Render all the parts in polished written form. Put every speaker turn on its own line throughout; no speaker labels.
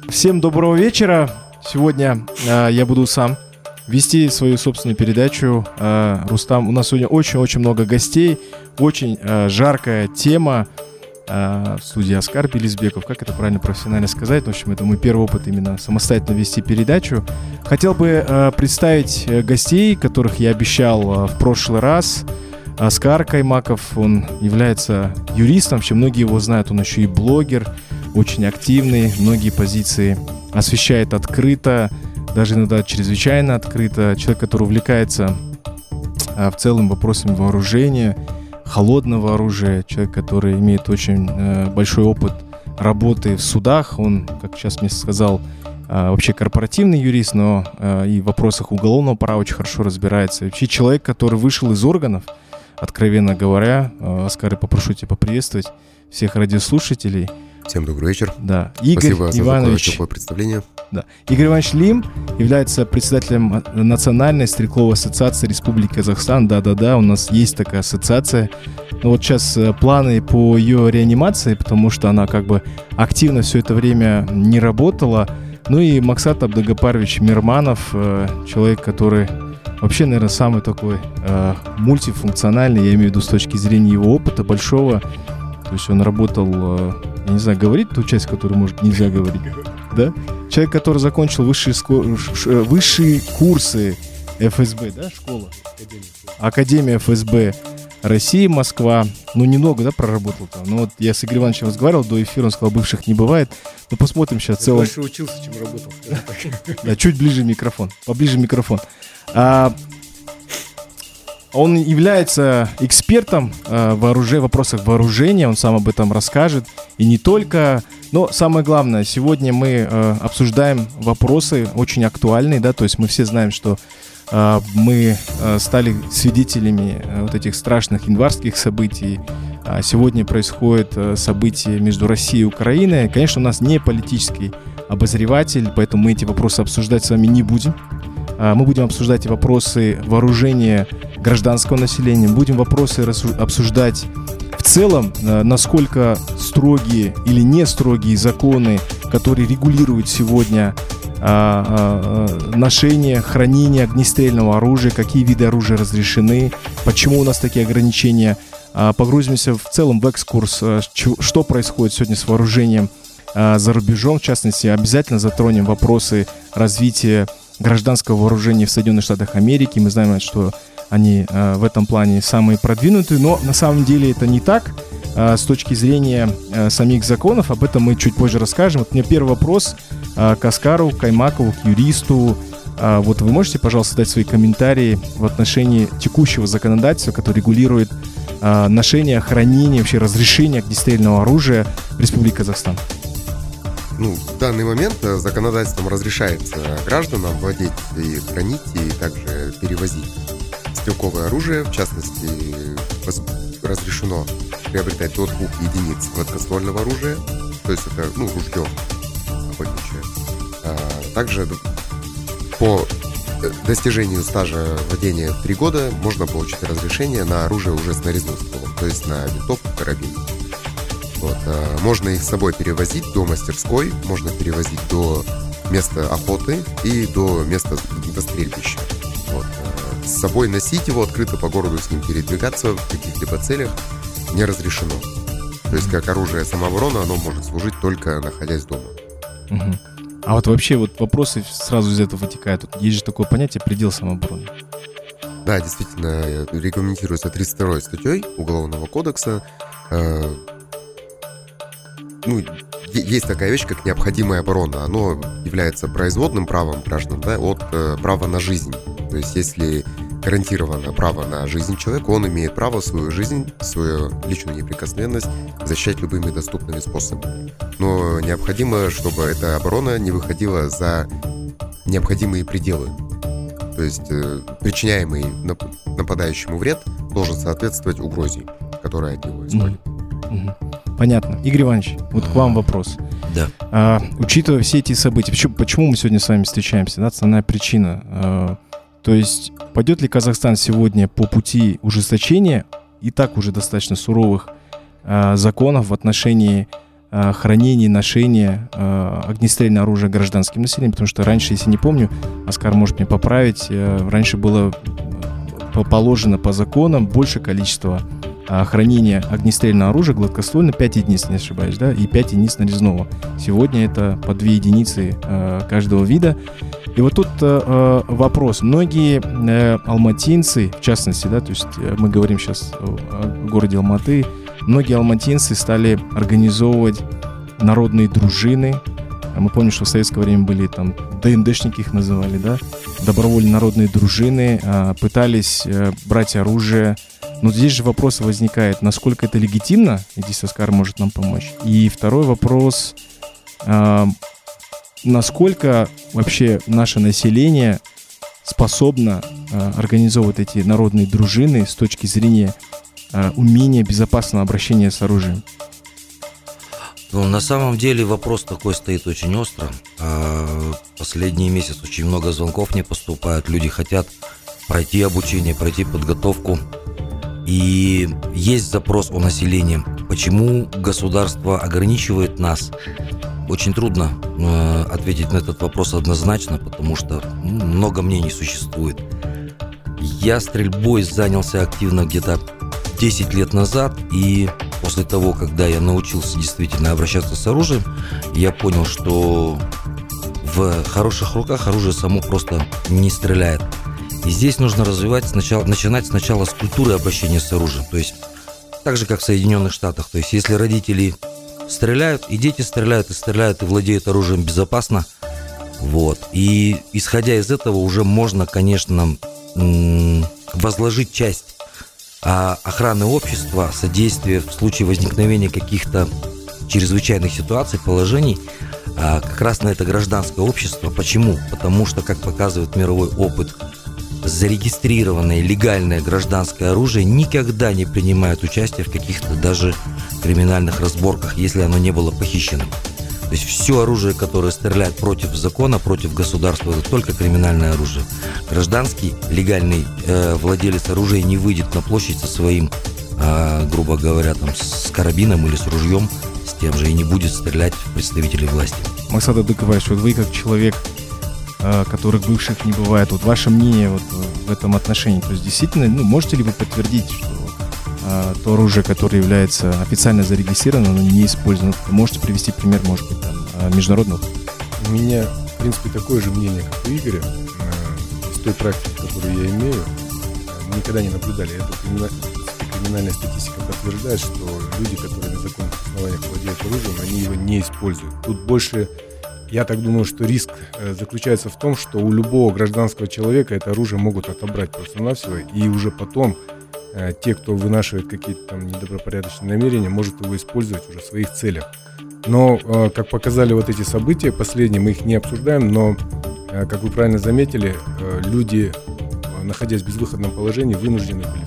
Всем доброго вечера. Сегодня я буду сам вести свою собственную передачу. Рустам, у нас сегодня очень-очень много гостей, очень жаркая тема. В студии Оскар Белизбеков, как это правильно профессионально сказать. В общем, это мой первый опыт именно самостоятельно вести передачу. Хотел бы представить гостей, которых я обещал в прошлый раз. Оскар Каймаков, он является юристом, вообще многие его знают, он еще и блогер, очень активный, многие позиции освещает открыто, даже иногда чрезвычайно открыто. Человек, который увлекается в целом вопросами вооружения, холодного оружия, человек, который имеет очень большой опыт работы в судах. Он, как сейчас мне сказал, вообще корпоративный юрист, но и в вопросах уголовного права очень хорошо разбирается. Вообще человек, который вышел из органов, откровенно говоря. Оскар, я попрошу тебя поприветствовать всех радиослушателей.
Всем добрый вечер.
Да. Игорь
Спасибо
Иванович,
за такое теплое представление.
Да. Игорь Иванович Лим является председателем Национальной стрелковой ассоциации Республики Казахстан. Да, у нас есть такая ассоциация. Но вот сейчас планы по ее реанимации, потому что она как бы активно все это время не работала. Ну и Максат Абдагапарович Мирманов, человек, который вообще, наверное, самый такой мультифункциональный, я имею в виду с точки зрения его опыта большого. То есть он работал, я не знаю, говорить ту часть, которую, может, нельзя говорить, да? Человек, который закончил высшие курсы ФСБ, да, школа? Академия ФСБ России, Москва. Ну, немного, да, проработал там. Ну, вот я с Игорем Ивановичем разговаривал до эфира, он сказал, бывших не бывает. Ну, посмотрим сейчас в целом.
Больше учился, чем работал.
Да, чуть ближе микрофон, поближе микрофон. Он является экспертом в вопросах вооружения, он сам об этом расскажет. И не только, но самое главное, сегодня мы обсуждаем вопросы очень актуальные, да, то есть мы все знаем, что мы стали свидетелями вот этих страшных январских событий. Сегодня происходит событие между Россией и Украиной. Конечно, у нас не политический обозреватель, поэтому мы эти вопросы обсуждать с вами не будем. Мы будем обсуждать вопросы вооружения гражданского населения, будем вопросы обсуждать в целом, насколько строгие или не строгие законы, которые регулируют сегодня ношение, хранение огнестрельного оружия, какие виды оружия разрешены, почему у нас такие ограничения. Погрузимся в целом в экскурс, что происходит сегодня с вооружением за рубежом. В частности, обязательно затронем вопросы развития гражданского вооружения в Соединенных Штатах Америки. Мы знаем, что они в этом плане самые продвинутые, но на самом деле это не так. С точки зрения самих законов, об этом мы чуть позже расскажем. Вот у меня первый вопрос к Оскару Каймакову, к юристу. Вот вы можете, пожалуйста, дать свои комментарии в отношении текущего законодательства, которое регулирует ношение, хранение, вообще разрешение огнестрельного оружия в Республике Казахстан?
Ну, в данный момент законодательством разрешается гражданам владеть и хранить, и также перевозить стрелковое оружие. В частности, разрешено приобретать до 2 единиц гладкоствольного оружия, то есть это, ружье охотничье. Также по достижению стажа владения 3 года можно получить разрешение на оружие уже с нарезным стволом, то есть на винтовку, карабин. Вот. Можно их с собой перевозить до мастерской, можно перевозить до места охоты и до места стрельбища. Вот. С собой носить его открыто по городу, с ним передвигаться в каких-либо целях не разрешено. То есть как оружие самообороны оно может служить только находясь дома.
Угу. А вот вообще вот вопросы сразу из этого вытекают. Вот есть же такое понятие предел самообороны.
Да, действительно, регламентируется 32-й статьей Уголовного кодекса. Есть такая вещь, как необходимая оборона. Оно является производным правом граждан, да, от права на жизнь. То есть, если гарантировано право на жизнь человека, он имеет право свою жизнь, свою личную неприкосновенность защищать любыми доступными способами. Но необходимо, чтобы эта оборона не выходила за необходимые пределы. То есть, причиняемый нападающему вред должен соответствовать угрозе, которая от него исходит.
Понятно. Игорь Иванович, вот к вам вопрос.
Да.
Учитывая все эти события, почему мы сегодня с вами встречаемся? Да, основная причина. То есть, пойдет ли Казахстан сегодня по пути ужесточения и так уже достаточно суровых законов в отношении хранения, ношения огнестрельного оружия гражданским населением, потому что раньше, если не помню, Оскар может меня поправить, раньше было положено по законам больше количества хранения огнестрельного оружия, гладкоствольно 5 единиц, не ошибаюсь, да, и 5 единиц нарезного. Сегодня это по 2 единицы каждого вида. И вот тут вопрос. Многие алматинцы, в частности, да, то есть мы говорим сейчас о городе Алматы, многие алматинцы стали организовывать народные дружины. Мы помним, что в советское время были там ДНДшники их называли, да, добровольные народные дружины, пытались брать оружие. Но здесь же вопрос возникает, насколько это легитимно, и здесь Оскар может нам помочь. И второй вопрос, насколько вообще наше население способно организовывать эти народные дружины с точки зрения умения безопасного обращения с оружием?
Ну, на самом деле вопрос такой стоит очень остро. Последние месяцы очень много звонков не поступает. Люди хотят пройти обучение, пройти подготовку. И есть запрос у населения. Почему государство ограничивает нас? Очень трудно ответить на этот вопрос однозначно, потому что много мнений существует. Я стрельбой занялся активно где-то 10 лет назад, и после того, когда я научился действительно обращаться с оружием, я понял, что в хороших руках оружие само просто не стреляет. И здесь нужно начинать сначала с культуры обращения с оружием. То есть так же, как в Соединенных Штатах. То есть если родители стреляют, и дети стреляют, и владеют оружием безопасно. Вот. И исходя из этого уже можно, конечно, возложить часть охраны общества, содействия в случае возникновения каких-то чрезвычайных ситуаций, положений, как раз на это гражданское общество. Почему? Потому что, как показывает мировой опыт, зарегистрированное легальное гражданское оружие никогда не принимает участие в каких-то даже криминальных разборках, если оно не было похищено. То есть все оружие, которое стреляет против закона, против государства, это только криминальное оружие. Гражданский, легальный владелец оружия не выйдет на площадь со своим, грубо говоря, там, с карабином или с ружьем, с тем же, и не будет стрелять в представителей власти.
Максат Адыкович, вот вы как человек, которых бывших не бывает, вот ваше мнение вот в этом отношении, то есть действительно, можете ли вы подтвердить, что то оружие, которое является официально зарегистрированным, оно не использовано? Можете привести пример, может быть, там, международного?
У меня, в принципе, такое же мнение, как у Игоря. Из той практики, которую я имею, мы никогда не наблюдали. Это криминальная статистика подтверждает, что люди, которые на законных основаниях владеют оружием, они его не используют. Тут больше, я так думаю, что риск заключается в том, что у любого гражданского человека это оружие могут отобрать просто-навсего, и уже потом те, кто вынашивает какие-то там недобропорядочные намерения, может его использовать уже в своих целях. Но, как показали вот эти события последние, мы их не обсуждаем, но, как вы правильно заметили, люди, находясь в безвыходном положении, вынуждены были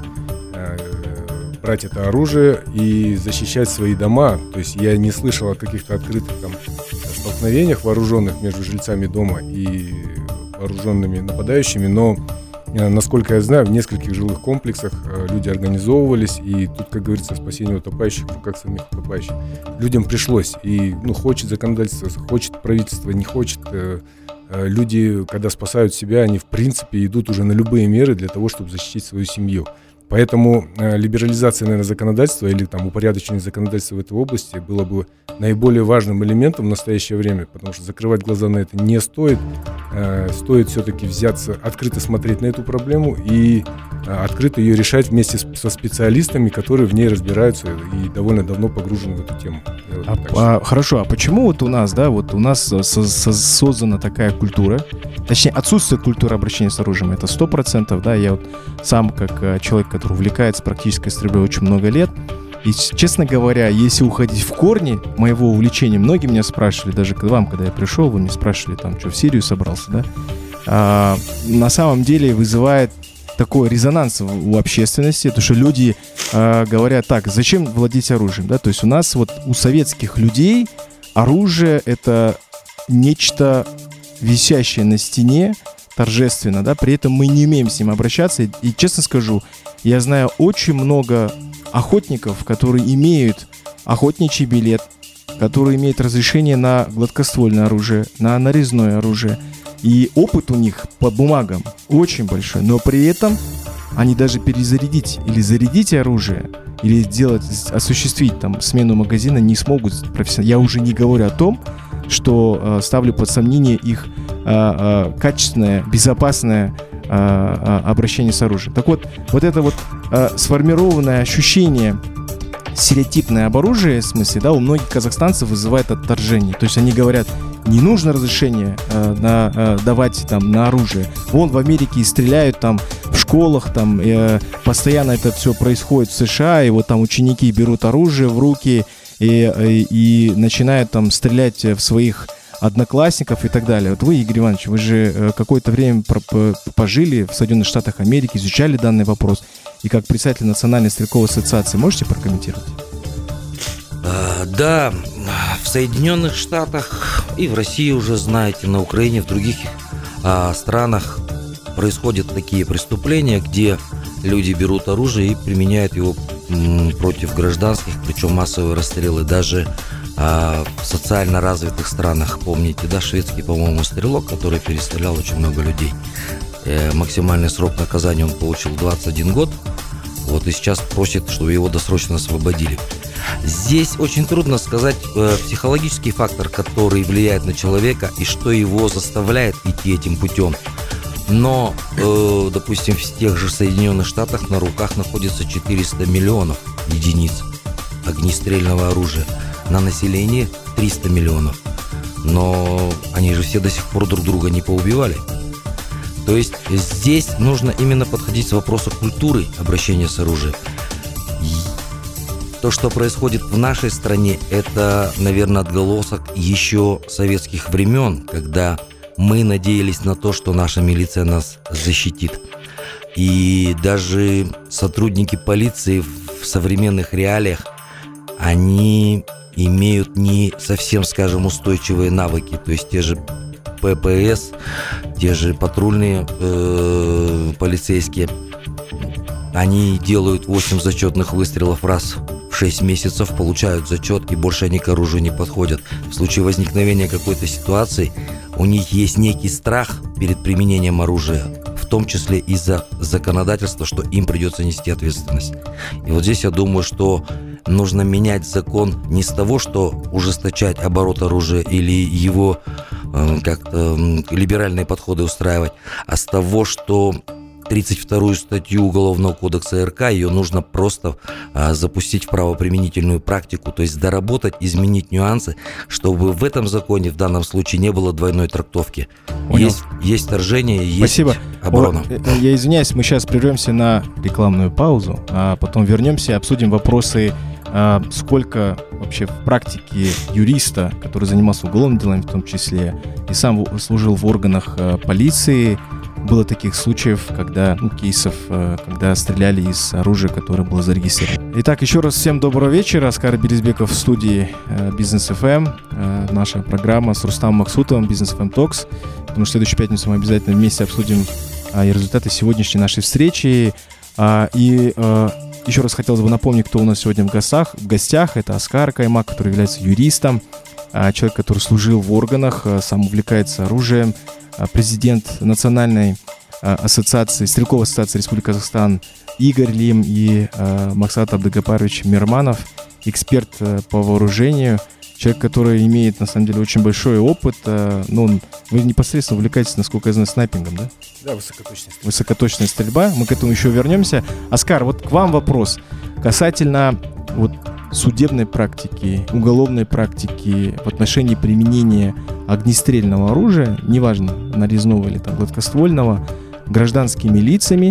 все-таки брать это оружие и защищать свои дома. То есть я не слышал о каких-то открытых там столкновениях вооруженных между жильцами дома и вооруженными нападающими, но насколько я знаю, в нескольких жилых комплексах люди организовывались, и тут, как говорится, спасение утопающих в руках самих утопающих. Людям пришлось, и хочет законодательство, хочет правительство, не хочет. Люди, когда спасают себя, они в принципе идут уже на любые меры для того, чтобы защитить свою семью. Поэтому либерализация, наверное, законодательства или там упорядочение законодательства в этой области было бы наиболее важным элементом в настоящее время, потому что закрывать глаза на это не стоит. Стоит все-таки взяться, открыто смотреть на эту проблему и открыто ее решать вместе со специалистами, которые в ней разбираются и довольно давно погружены в эту тему.
Хорошо, а почему вот у нас, да, вот у нас создана такая культура, точнее отсутствие культуры обращения с оружием, это 100%, да, я вот сам как человек, который увлекается практической стрельбой очень много лет, и, честно говоря, если уходить в корни моего увлечения, многие меня спрашивали, даже к вам, когда я пришел, вы мне спрашивали, там, что в Сирию собрался, да, на самом деле вызывает такой резонанс у общественности, то что люди говорят, так, зачем владеть оружием, да, то есть у нас вот у советских людей оружие это нечто висящее на стене, торжественно, да, при этом мы не умеем с ним обращаться, и честно скажу, я знаю очень много охотников, которые имеют охотничий билет, которые имеют разрешение на гладкоствольное оружие, на нарезное оружие. И опыт у них по бумагам очень большой, но при этом они даже перезарядить или зарядить оружие, или осуществить там смену магазина не смогут профессионально. Я уже не говорю о том, что ставлю под сомнение их качественное, безопасное обращение с оружием. Так вот, вот это вот сформированное ощущение стереотипное об оружии, в смысле, да, у многих казахстанцев вызывает отторжение. То есть они говорят, не нужно разрешение давать там на оружие. Вон в Америке стреляют там в школах, там постоянно это все происходит в США, и вот там ученики берут оружие в руки и начинают там стрелять в своих одноклассников и так далее. Вот вы, Игорь Иванович, вы же какое-то время пожили в Соединенных Штатах Америки, изучали данный вопрос. И как представитель Национальной стрелковой ассоциации можете прокомментировать?
Да, в Соединенных Штатах и в России уже, знаете, на Украине, в других странах происходят такие преступления, где люди берут оружие и применяют его против гражданских, причем массовые расстрелы. Даже в социально развитых странах, помните, да, шведский, по-моему, стрелок, который перестрелял очень много людей. Максимальный срок наказания он получил 21 год. Вот и сейчас просит, чтобы его досрочно освободили. Здесь очень трудно сказать психологический фактор, который влияет на человека и что его заставляет идти этим путем. Но, допустим, в тех же Соединенных Штатах на руках находится 400 миллионов единиц огнестрельного оружия. На население 300 миллионов. Но они же все до сих пор друг друга не поубивали. То есть здесь нужно именно подходить с вопроса культуры обращения с оружием. То, что происходит в нашей стране, это, наверное, отголосок еще советских времен, когда мы надеялись на то, что наша милиция нас защитит. И даже сотрудники полиции в современных реалиях, они имеют не совсем, скажем, устойчивые навыки. То есть те же ППС, те же патрульные полицейские, они делают 8 зачетных выстрелов раз в 6 месяцев, получают зачет и больше они к оружию не подходят. В случае возникновения какой-то ситуации у них есть некий страх перед применением оружия, в том числе из-за законодательства, что им придется нести ответственность. И вот здесь я думаю, что нужно менять закон не с того, что ужесточать оборот оружия или его как-то либеральные подходы устраивать, а с того, что 32-ю статью Уголовного кодекса РК, ее нужно просто запустить в правоприменительную практику, то есть доработать, изменить нюансы, чтобы в этом законе в данном случае не было двойной трактовки. Есть вторжение, есть
Спасибо.
оборона.
Я извиняюсь, мы сейчас прервемся на рекламную паузу, а потом вернемся и обсудим вопросы, сколько вообще в практике юриста, который занимался уголовными делами в том числе, и сам служил в органах полиции, было таких случаев, кейсов, когда стреляли из оружия, которое было зарегистрировано. Итак, еще раз всем доброго вечера. Аскар Белизбеков в студии Бизнес FM. Наша программа с Рустамом Максутовым, Бизнес FM Talks. Потому что в следующую пятницу мы обязательно вместе обсудим и результаты сегодняшней нашей встречи. И еще раз хотелось бы напомнить, кто у нас сегодня в гостях. Это Аскар Каймак, который является юристом, человек, который служил в органах, сам увлекается оружием, президент Национальной ассоциации, стрелковой ассоциации Республики Казахстан Игорь Лим и Максат Абдыгапарович Мирманов, эксперт по вооружению, человек, который имеет, на самом деле, очень большой опыт. Вы непосредственно увлекаетесь, насколько я знаю, снайпингом, да?
Да, высокоточная стрельба.
Высокоточная стрельба. Мы к этому еще вернемся. Оскар, вот к вам вопрос касательно судебной практики, уголовной практики в отношении применения огнестрельного оружия, неважно, нарезного или гладкоствольного, гражданскими лицами,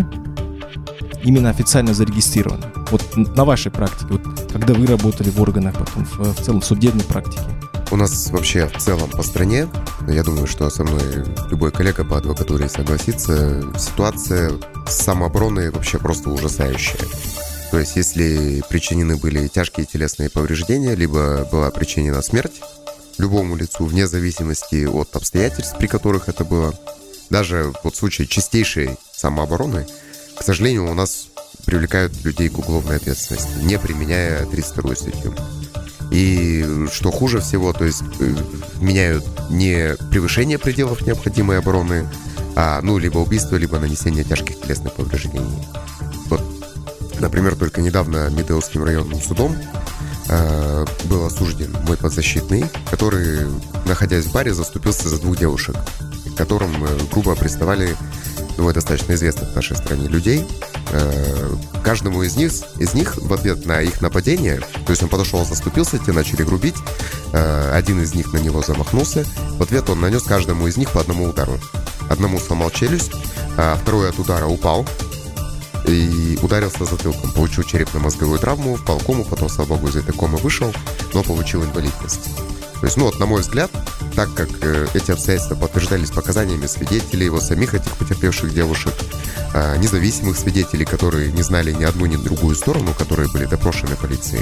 именно официально зарегистрировано. Вот на вашей практике, когда вы работали в органах, потом в целом в судебной практике.
У нас вообще в целом по стране, я думаю, что со мной любой коллега по адвокатуре согласится, ситуация с самообороной вообще просто ужасающая. То есть, если причинены были тяжкие телесные повреждения, либо была причинена смерть любому лицу, вне зависимости от обстоятельств, при которых это было, даже в случае чистейшей самообороны, к сожалению, у нас привлекают людей к уголовной ответственности, не применяя 32-ю статью. И что хуже всего, то есть меняют не превышение пределов необходимой обороны, а, либо убийство, либо нанесение тяжких телесных повреждений. Вот, например, только недавно Медеуским районным судом был осужден мой подзащитный, который, находясь в баре, заступился за 2 девушек, к которым грубо приставали достаточно известных в нашей стране людей. Каждому из них в ответ на их нападение, то есть он подошел, заступился, те начали грубить, один из них на него замахнулся, в ответ он нанес каждому из них по одному удару. Одному сломал челюсть, а второй от удара упал и ударился затылком, получил черепно-мозговую травму, впал в кому, потом, слава богу, из этой комы вышел, но получил инвалидность. То есть, на мой взгляд, так как эти обстоятельства подтверждались показаниями свидетелей, самих этих потерпевших девушек, независимых свидетелей, которые не знали ни одну, ни другую сторону, которые были допрошены полицией,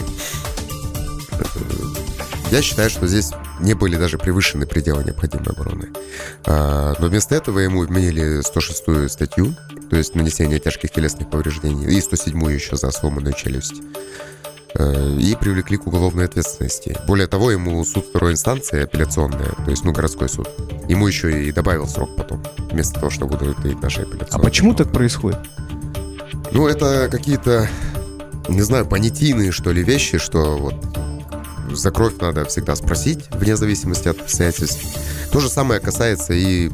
я считаю, что здесь не были даже превышены пределы необходимой обороны. Но вместо этого ему вменили 106-ю статью, то есть нанесение тяжких телесных повреждений, и 107-ю еще за сломанную челюсть. И привлекли к уголовной ответственности. Более того, ему суд второй инстанции, апелляционная, то есть, городской суд, ему еще и добавил срок потом, вместо того, чтобы удовлетворить наши апелляционные.
А почему так происходит?
Это какие-то, не знаю, понятийные, что ли, вещи, что за кровь надо всегда спросить, вне зависимости от обстоятельств. То же самое касается и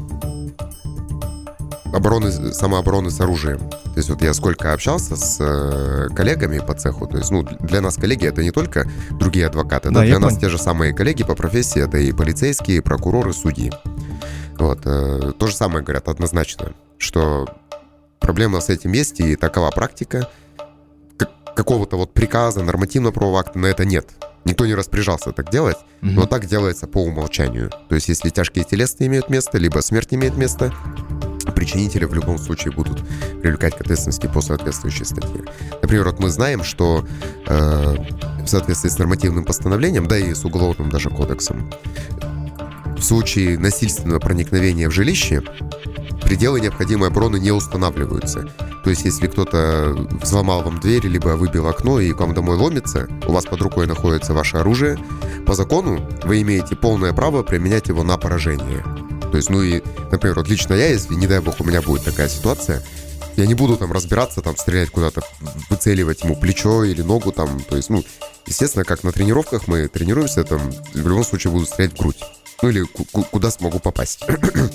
самообороны с оружием. То есть я сколько общался с коллегами по цеху, то есть, для нас коллеги это не только другие адвокаты, да, для нас те же самые коллеги по профессии, это и полицейские, и прокуроры, судьи. То же самое говорят однозначно, что проблема с этим есть, и такова практика. Какого-то приказа, нормативно-правового акта на это нет. Никто не распоряжался так делать, но так делается по умолчанию. То есть, если тяжкие телесные имеют место, либо смерть имеет место, причинители в любом случае будут привлекать к ответственности по соответствующей статье. Например, мы знаем, что в соответствии с нормативным постановлением, да и с уголовным даже кодексом, в случае насильственного проникновения в жилище пределы необходимой обороны не устанавливаются. То есть, если кто-то взломал вам дверь, либо выбил окно и к вам домой ломится, у вас под рукой находится ваше оружие, по закону вы имеете полное право применять его на поражение. То есть, например, лично я, если, не дай бог, у меня будет такая ситуация, я не буду разбираться, стрелять куда-то, выцеливать ему плечо или ногу, то есть, естественно, как на тренировках мы тренируемся, в любом случае буду стрелять в грудь. Или куда смогу попасть.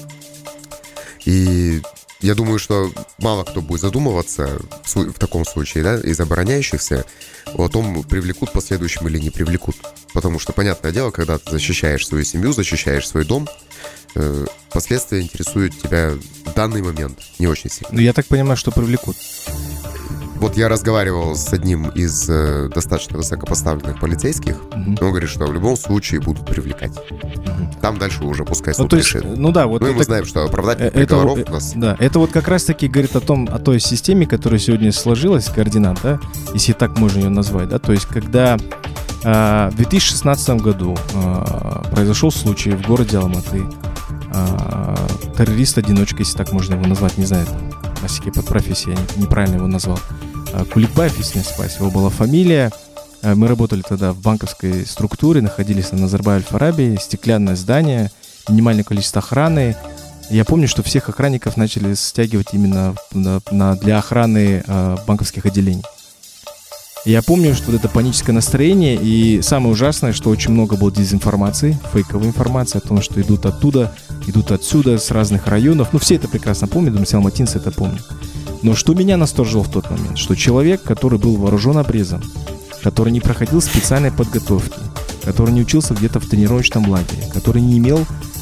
И я думаю, что мало кто будет задумываться в таком случае, да, из обороняющихся о том, привлекут в последующем или не привлекут. Потому что, понятное дело, когда ты защищаешь свою семью, защищаешь свой дом, последствия интересуют тебя в данный момент не очень сильно.
Я так понимаю, что привлекут.
Я разговаривал с одним из достаточно высокопоставленных полицейских, он говорит, что в любом случае будут привлекать. Там дальше уже пускай суд решит.
Мы
знаем, что оправдательных приговоров у нас...
Да, это как раз-таки говорит о той системе, которая сегодня сложилась, координат, да, если так можно ее назвать, да, то есть когда в 2016 году произошел случай в городе Алматы, террорист-одиночка, если так можно его назвать, не знаю, классики под профессией, я неправильно его назвал, Куликбаев, если не ошибаюсь, его была фамилия. Мы работали тогда в банковской структуре, находились на Назарбаев-Аль-Фараби, стеклянное здание, минимальное количество охраны. Я помню, что всех охранников начали стягивать именно для охраны банковских отделений. Я помню, что это паническое настроение, и самое ужасное, что очень много было дезинформации, фейковой информации о том, что идут оттуда, идут отсюда, с разных районов. Все это прекрасно помнят, думаю, все алматинцы это помнят. Но что меня насторожило в тот момент, что человек, который был вооружен обрезом, который не проходил специальной подготовки, который не учился где-то в тренировочном лагере, который не имел,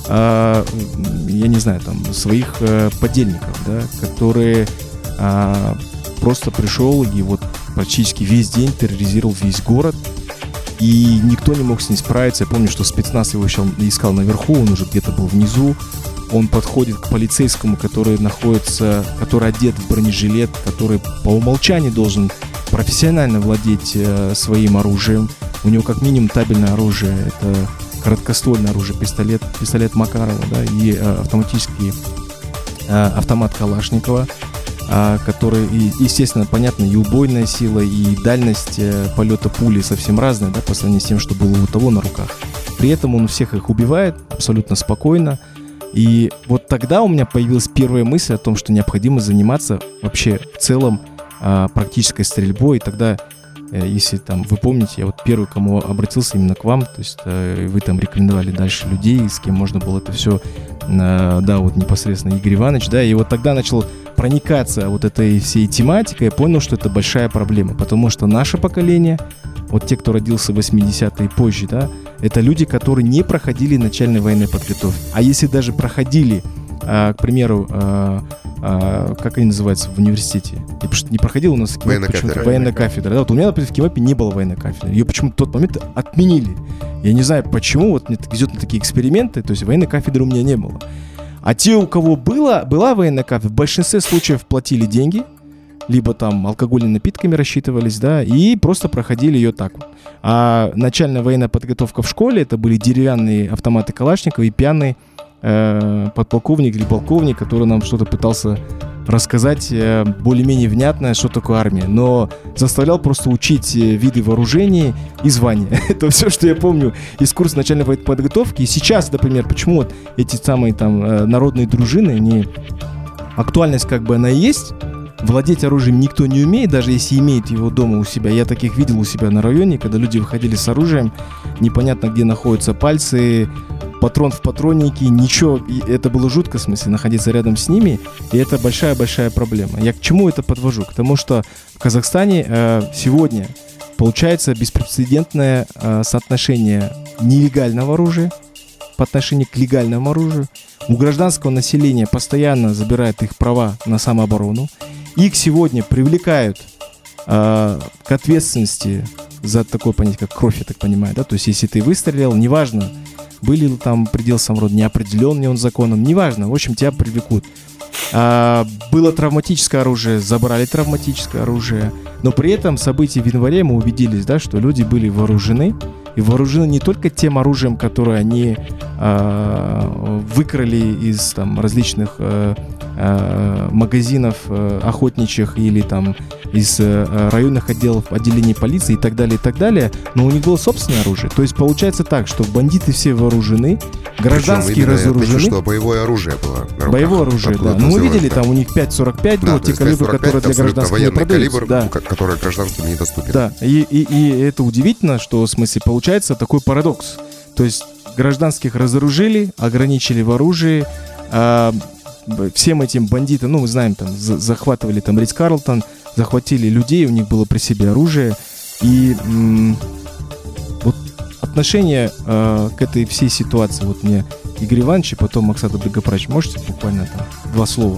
своих подельников, да, который просто пришел и практически весь день терроризировал весь город, и никто не мог с ним справиться. Я помню, что спецназ его искал наверху, он уже где-то был внизу. Он подходит к полицейскому, который одет в бронежилет, который по умолчанию должен профессионально владеть своим оружием. У него как минимум табельное оружие, это короткоствольное оружие, пистолет Макарова, да, и автомат Калашникова. который, естественно, понятно, и убойная сила, и дальность полета пули совсем разная, да, по сравнению с тем, что было у того на руках. При этом он всех их убивает абсолютно спокойно. И вот тогда у меня появилась первая мысль о том, что необходимо заниматься вообще в целом практической стрельбой. И тогда, если там вы помните, я вот первый, к кому обратился именно к вам, то есть вы там рекомендовали дальше людей, с кем можно было это все, да, вот непосредственно Игорь Иванович, да, и вот тогда начал проникаться вот этой всей тематикой, я понял, что это большая проблема, потому что наше поколение, вот те, кто родился в 80-е и позже, да, это люди, которые не проходили начальной военной подготовки. А если даже проходили, к примеру, как они называются в университете? Я потому что не проходил у нас военная кафедра. Да, вот у меня, например, в КИМАПе не было военной кафедры. Ее почему-то в тот момент отменили. Я не знаю, почему, вот мне везет на такие эксперименты, то есть военной кафедры у меня не было. А те, у кого была военная кафедра, в большинстве случаев платили деньги, либо там алкогольными напитками рассчитывались, да, и просто проходили ее так вот. А начальная военная подготовка в школе, это были деревянные автоматы Калашникова и пьяный подполковник или полковник, который нам что-то пытался рассказать более-менее внятно, что такое армия, но заставлял просто учить виды вооружений и звания. Это все, что я помню из курса начальной военной подготовки. И сейчас, например, почему вот эти самые там народные дружины, они, актуальность как бы она и есть. Владеть оружием никто не умеет, даже если имеет его дома у себя. Я таких видел у себя на районе, когда люди выходили с оружием, непонятно где находятся пальцы, патрон в патроннике, ничего. И это было жутко, в смысле, находиться рядом с ними. И это большая-большая проблема. Я к чему это подвожу? К тому, что в Казахстане сегодня получается беспрецедентное соотношение нелегального оружия по отношению к легальному оружию. У гражданского населения постоянно забирают их права на самооборону. Их сегодня привлекают к ответственности за такое понятие, как кровь, я так понимаю, да, то есть если ты выстрелил, неважно, были ли там предел саморода, не определен ли он законом, неважно, в общем, тебя привлекут. Было травматическое оружие, забрали травматическое оружие, но при этом события в январе мы убедились, да, что люди были вооружены, и вооружены не только тем оружием, которое они выкрали из там различных магазинов охотничьих или там из районных отделов, отделений полиции и так далее, но у них было собственное оружие. То есть получается так, что бандиты все вооружены, гражданские разоружены. Я отмечу, что
боевое оружие было на руках.
Боевое оружие, да. Ну, мы видели, там у них 5,45 было, те калибры, которые для гражданских не продаются.
Военный калибр, который гражданским недоступен.
Да, и это удивительно, что в смысле получается такой парадокс. То есть гражданских разоружили, ограничили в оружии, всем этим бандитам, ну, мы знаем, там, захватывали там Ридс-Карлтон, захватили людей, у них было при себе оружие, и вот отношение к этой всей ситуации, вот мне Игорь Иванович и потом Максат Абдыгапарович, можете буквально там 2 слова?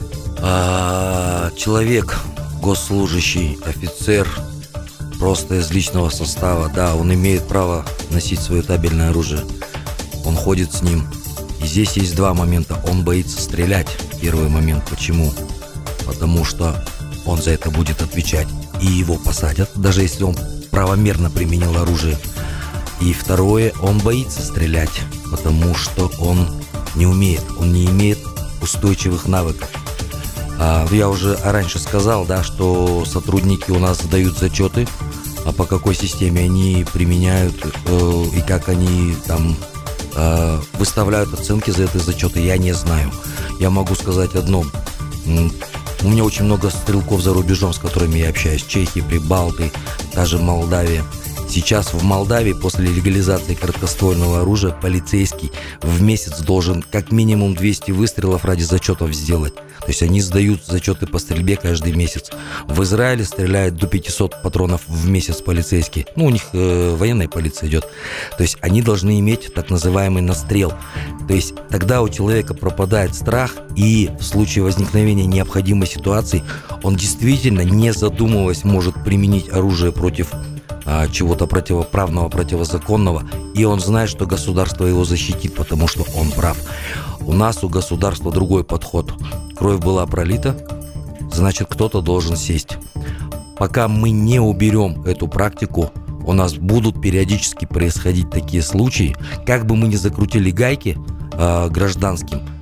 Человек, госслужащий, офицер, просто из личного состава, да, он имеет право носить свое табельное оружие, он ходит с ним. И здесь есть 2 момента. Он боится стрелять. Первый момент. Почему? Потому что он за это будет отвечать. И его посадят, даже если он правомерно применил оружие. И второе, он боится стрелять, потому что он не умеет. Он не имеет устойчивых навыков. Я уже раньше сказал, да, что сотрудники у нас сдают зачеты, а по какой системе они применяют и как они там выставляют оценки за эти зачеты, я не знаю. Я могу сказать одно. У меня очень много стрелков за рубежом, с которыми я общаюсь. Чехии, Прибалты, даже Молдавия. Сейчас в Молдавии после легализации короткоствольного оружия полицейский в месяц должен как минимум 200 выстрелов ради зачетов сделать. То есть они сдают зачеты по стрельбе каждый месяц. В Израиле стреляют до 500 патронов в месяц полицейский. Ну, у них военная полиция идет. То есть они должны иметь так называемый настрел. То есть тогда у человека пропадает страх, и в случае возникновения необходимой ситуации он действительно, не задумываясь, может применить оружие против чего-то противоправного, противозаконного, и он знает, что государство его защитит, потому что он прав. У нас, у государства другой подход. Кровь была пролита, значит, кто-то должен сесть. Пока мы не уберем эту практику, у нас будут периодически происходить такие случаи, как бы мы ни закрутили гайки гражданским,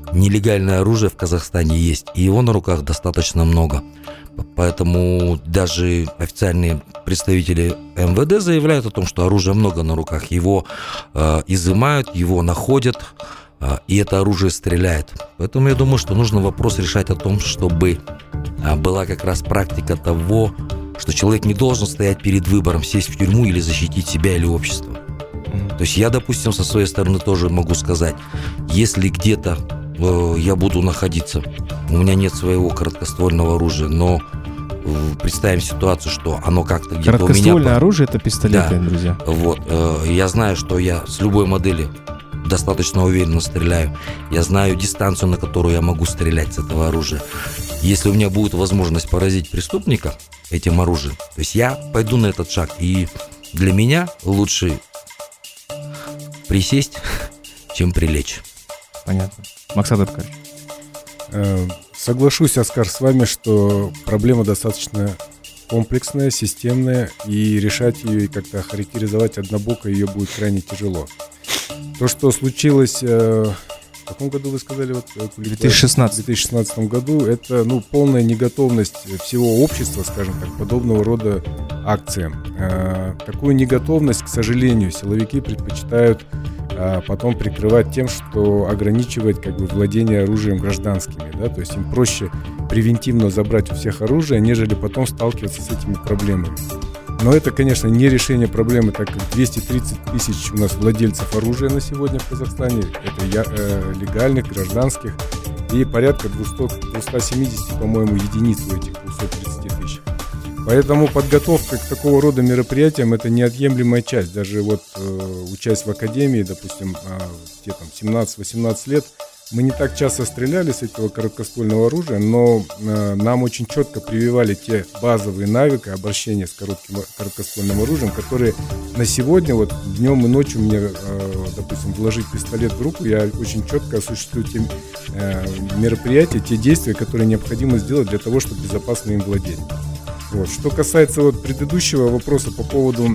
нелегальное оружие в Казахстане есть, и его на руках достаточно много. Поэтому даже официальные представители МВД заявляют о том, что оружия много на руках. Его изымают, его находят, и это оружие стреляет. Поэтому я думаю, что нужно вопрос решать о том, чтобы была как раз практика того, что человек не должен стоять перед выбором, сесть в тюрьму или защитить себя или общество. То есть я, допустим, со своей стороны тоже могу сказать, если где-то я буду находиться, у меня нет своего короткоствольного оружия, но представим ситуацию, что оно как-то где-то у меня...
Короткоствольное оружие — это пистолеты,
да.
Друзья.
Вот, я знаю, что я с любой модели достаточно уверенно стреляю. Я знаю дистанцию, на которую я могу стрелять с этого оружия. Если у меня будет возможность поразить преступника этим оружием, то есть я пойду на этот шаг. И для меня лучше присесть, чем прилечь.
Понятно. Максат Эдгарович.
Соглашусь, Оскар, с вами, что проблема достаточно комплексная, системная, и решать ее и как-то характеризовать однобоко ее будет крайне тяжело. То, что случилось, в каком году вы сказали? В 2016 году, это полная неготовность всего общества, скажем так, подобного рода акциям. Такую неготовность, к сожалению, силовики предпочитают потом прикрывать тем, что ограничивать владение оружием гражданскими. Да? То есть им проще превентивно забрать у всех оружие, нежели потом сталкиваться с этими проблемами. Но это, конечно, не решение проблемы, так как 230 тысяч у нас владельцев оружия на сегодня в Казахстане. Это легальных, гражданских. И порядка 270, по-моему, единиц у этих 230 тысяч. Поэтому подготовка к такого рода мероприятиям – это неотъемлемая часть. Даже учась в академии, допустим, те 17-18 лет, мы не так часто стреляли с этого короткоствольного оружия, но нам очень четко прививали те базовые навыки обращения с короткоствольным оружием, которые на сегодня, днем и ночью мне, допустим, вложить пистолет в руку, я очень четко осуществлю те мероприятия, те действия, которые необходимо сделать для того, чтобы безопасно им владеть. Что касается предыдущего вопроса по поводу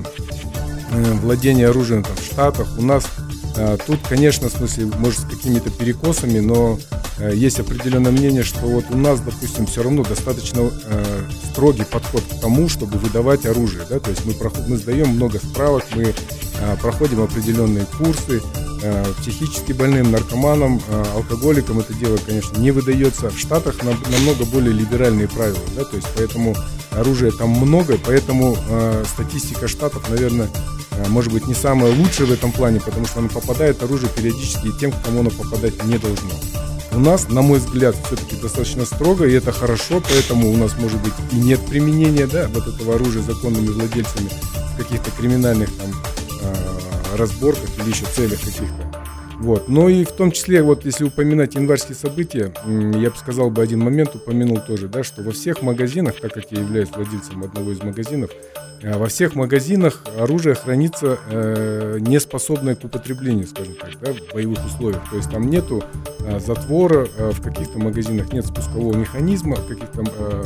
владения оружием в Штатах, у нас тут, конечно, в смысле, может, с какими-то перекосами, но есть определенное мнение, что у нас, допустим, все равно достаточно строгий подход к тому, чтобы выдавать оружие. Да? То есть мы сдаем много справок, мы проходим определенные курсы. Психически больным, наркоманам, алкоголикам это дело, конечно, не выдается. В Штатах намного более либеральные правила, да, то есть поэтому оружия там много, поэтому статистика Штатов, наверное, может быть не самая лучшая в этом плане, потому что оно попадает оружие периодически и тем, к кому оно попадать не должно. У нас, на мой взгляд, все-таки достаточно строго, и это хорошо, поэтому у нас, может быть, и нет применения, да, этого оружия законными владельцами в каких-то криминальных разборках или еще целях каких-то. Но и в том числе, если упоминать январские события, я бы сказал один момент, упомянул тоже, да, что во всех магазинах, так как я являюсь владельцем одного из магазинов, во всех магазинах оружие хранится неспособное к употреблению, скажем так, да, в боевых условиях. То есть там нету затвора, в каких-то магазинах нет спускового механизма, в каких-то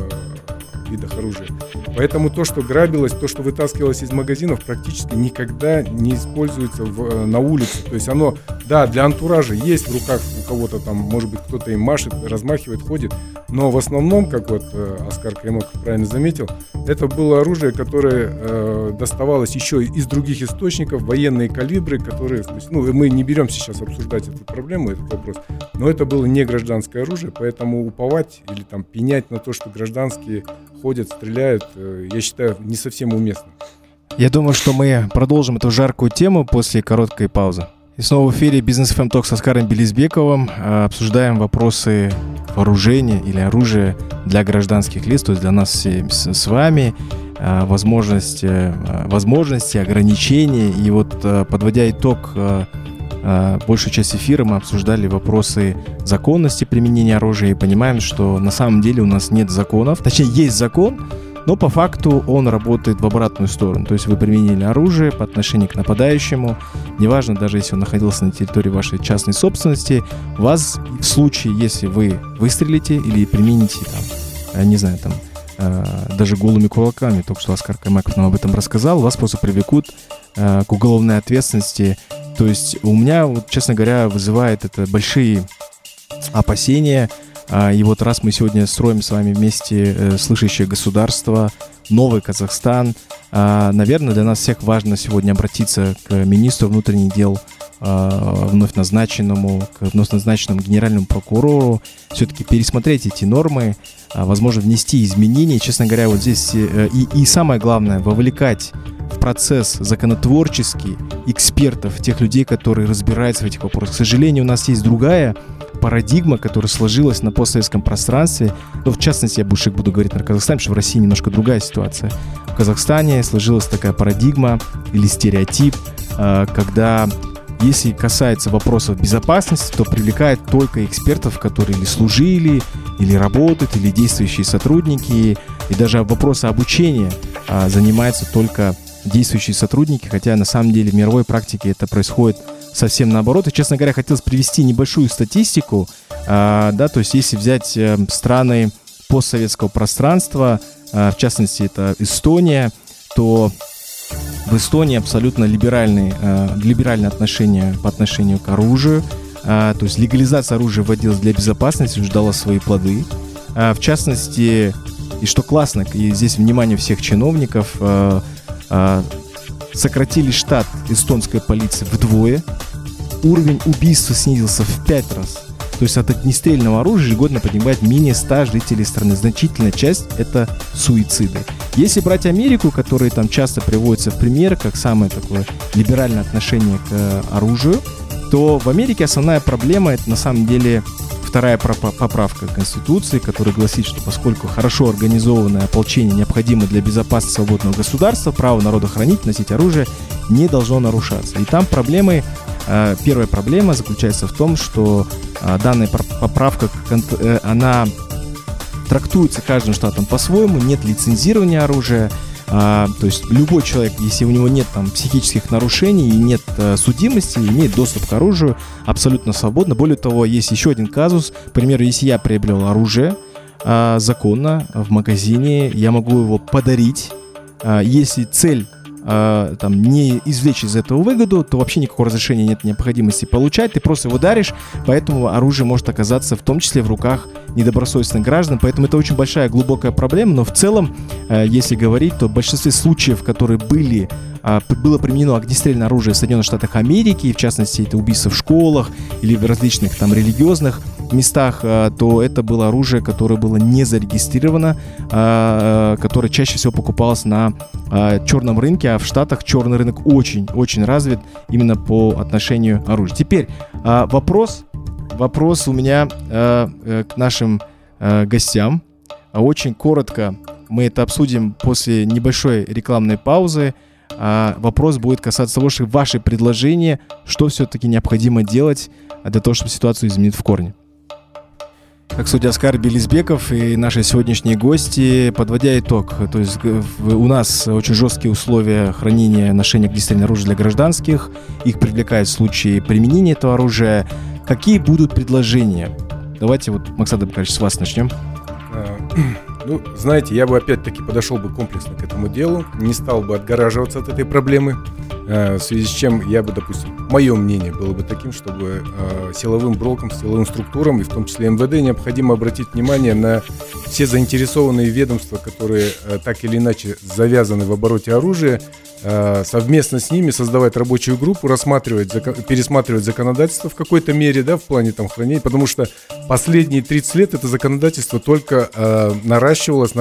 видах оружия. Поэтому то, что грабилось, то, что вытаскивалось из магазинов, практически никогда не используется на улице. То есть оно, да, для антуража есть в руках у кого-то там, может быть, кто-то им машет, размахивает, ходит, но в основном, как Оскар Каймаков правильно заметил, это было оружие, которое доставалось еще из других источников, военные калибры, которые, мы не берем сейчас обсуждать эту проблему, этот вопрос, но это было не гражданское оружие, поэтому уповать или пенять на то, что гражданские ходят, стреляют, я считаю, не совсем уместно.
Я думаю, что мы продолжим эту жаркую тему после короткой паузы. И снова в эфире Business FM Talk с Оскаром Белизбековым. Обсуждаем вопросы вооружения или оружия для гражданских лиц, то есть для нас с вами, возможности, ограничения. И подводя итог, большую часть эфира мы обсуждали вопросы законности применения оружия и понимаем, что на самом деле у нас нет законов. Точнее, есть закон, но по факту он работает в обратную сторону. То есть вы применили оружие по отношению к нападающему. Неважно, даже если он находился на территории вашей частной собственности, вас в случае, если вы выстрелите или примените, даже голыми кулаками, только что Оскар Каймаков нам об этом рассказал, вас просто привлекут к уголовной ответственности. То есть у меня, честно говоря, вызывает это большие опасения. И вот раз мы сегодня строим с вами вместе слышащее государство, новый Казахстан, наверное, для нас всех важно сегодня обратиться к министру внутренних дел, вновь назначенному генеральному прокурору, все-таки пересмотреть эти нормы, возможно, внести изменения. Честно говоря, вот здесь и самое главное, вовлекать в процесс законотворческий экспертов, тех людей, которые разбираются в этих вопросах. К сожалению, у нас есть другая парадигма, которая сложилась на постсоветском пространстве. Ну, в частности, я больше буду говорить на Казахстане, потому что в России немножко другая ситуация. В Казахстане сложилась такая парадигма или стереотип, когда если касается вопросов безопасности, то привлекает только экспертов, которые или служили, или работают, или действующие сотрудники. И даже вопросы обучения занимаются только действующие сотрудники, хотя на самом деле в мировой практике это происходит совсем наоборот. И, честно говоря, хотелось привести небольшую статистику, то есть если взять страны постсоветского пространства, в частности это Эстония, то в Эстонии абсолютно либеральные отношения по отношению к оружию, то есть легализация оружия вводилась для безопасности, уже дала свои плоды. В частности, и что классно, и здесь внимание всех чиновников, сократили штат эстонской полиции вдвое, уровень убийств снизился в 5 раз. То есть от огнестрельного оружия ежегодно погибает менее 100 жителей страны. Значительная часть — это суициды. Если брать Америку, которая там часто приводится в пример, как самое такое либеральное отношение к оружию, то в Америке основная проблема — это на самом деле вторая поправка Конституции, которая гласит, что поскольку хорошо организованное ополчение необходимо для безопасности свободного государства, право народа хранить, носить оружие не должно нарушаться. И там первая проблема заключается в том, что данная поправка, она трактуется каждым штатом по-своему, нет лицензирования оружия. То есть любой человек, если у него нет там психических нарушений и нет судимости, имеет доступ к оружию абсолютно свободно. Более того, есть еще один казус. К примеру, если я приобрел оружие законно в магазине, я могу его подарить. Если цель не извлечь из этого выгоду, то вообще никакого разрешения нет необходимости получать, ты просто его даришь, поэтому оружие может оказаться в том числе в руках недобросовестных граждан, поэтому это очень большая глубокая проблема, но в целом, если говорить, то в большинстве случаев, которые было применено огнестрельное оружие в Соединенных Штатах Америки, и в частности это убийства в школах или в различных там религиозных местах, то это было оружие, которое было не зарегистрировано, которое чаще всего покупалось на черном рынке, а в Штатах черный рынок очень развит именно по отношению к оружию. Теперь вопрос у меня к нашим гостям. Очень коротко мы это обсудим после небольшой рекламной паузы. Вопрос будет касаться того, что ваши предложения, что все-таки необходимо делать для того, чтобы ситуацию изменить в корне. Как судья Аскар Белизбеков и наши сегодняшние гости, подводя итог, то есть у нас очень жесткие условия хранения, ношения огнестрельного оружия для гражданских, их привлекают в случае применения этого оружия. Какие будут предложения? Давайте Максат Абакарович, с вас начнем.
Знаете, я бы опять-таки подошел бы комплексно к этому делу, не стал бы отгораживаться от этой проблемы, в связи с чем я бы, допустим, мое мнение было бы таким, чтобы силовым блокам, силовым структурам, и в том числе МВД, необходимо обратить внимание на все заинтересованные ведомства, которые так или иначе завязаны в обороте оружия, совместно с ними создавать рабочую группу, пересматривать законодательство в какой-то мере, в плане хранения, потому что последние 30 лет это законодательство только наращивалось,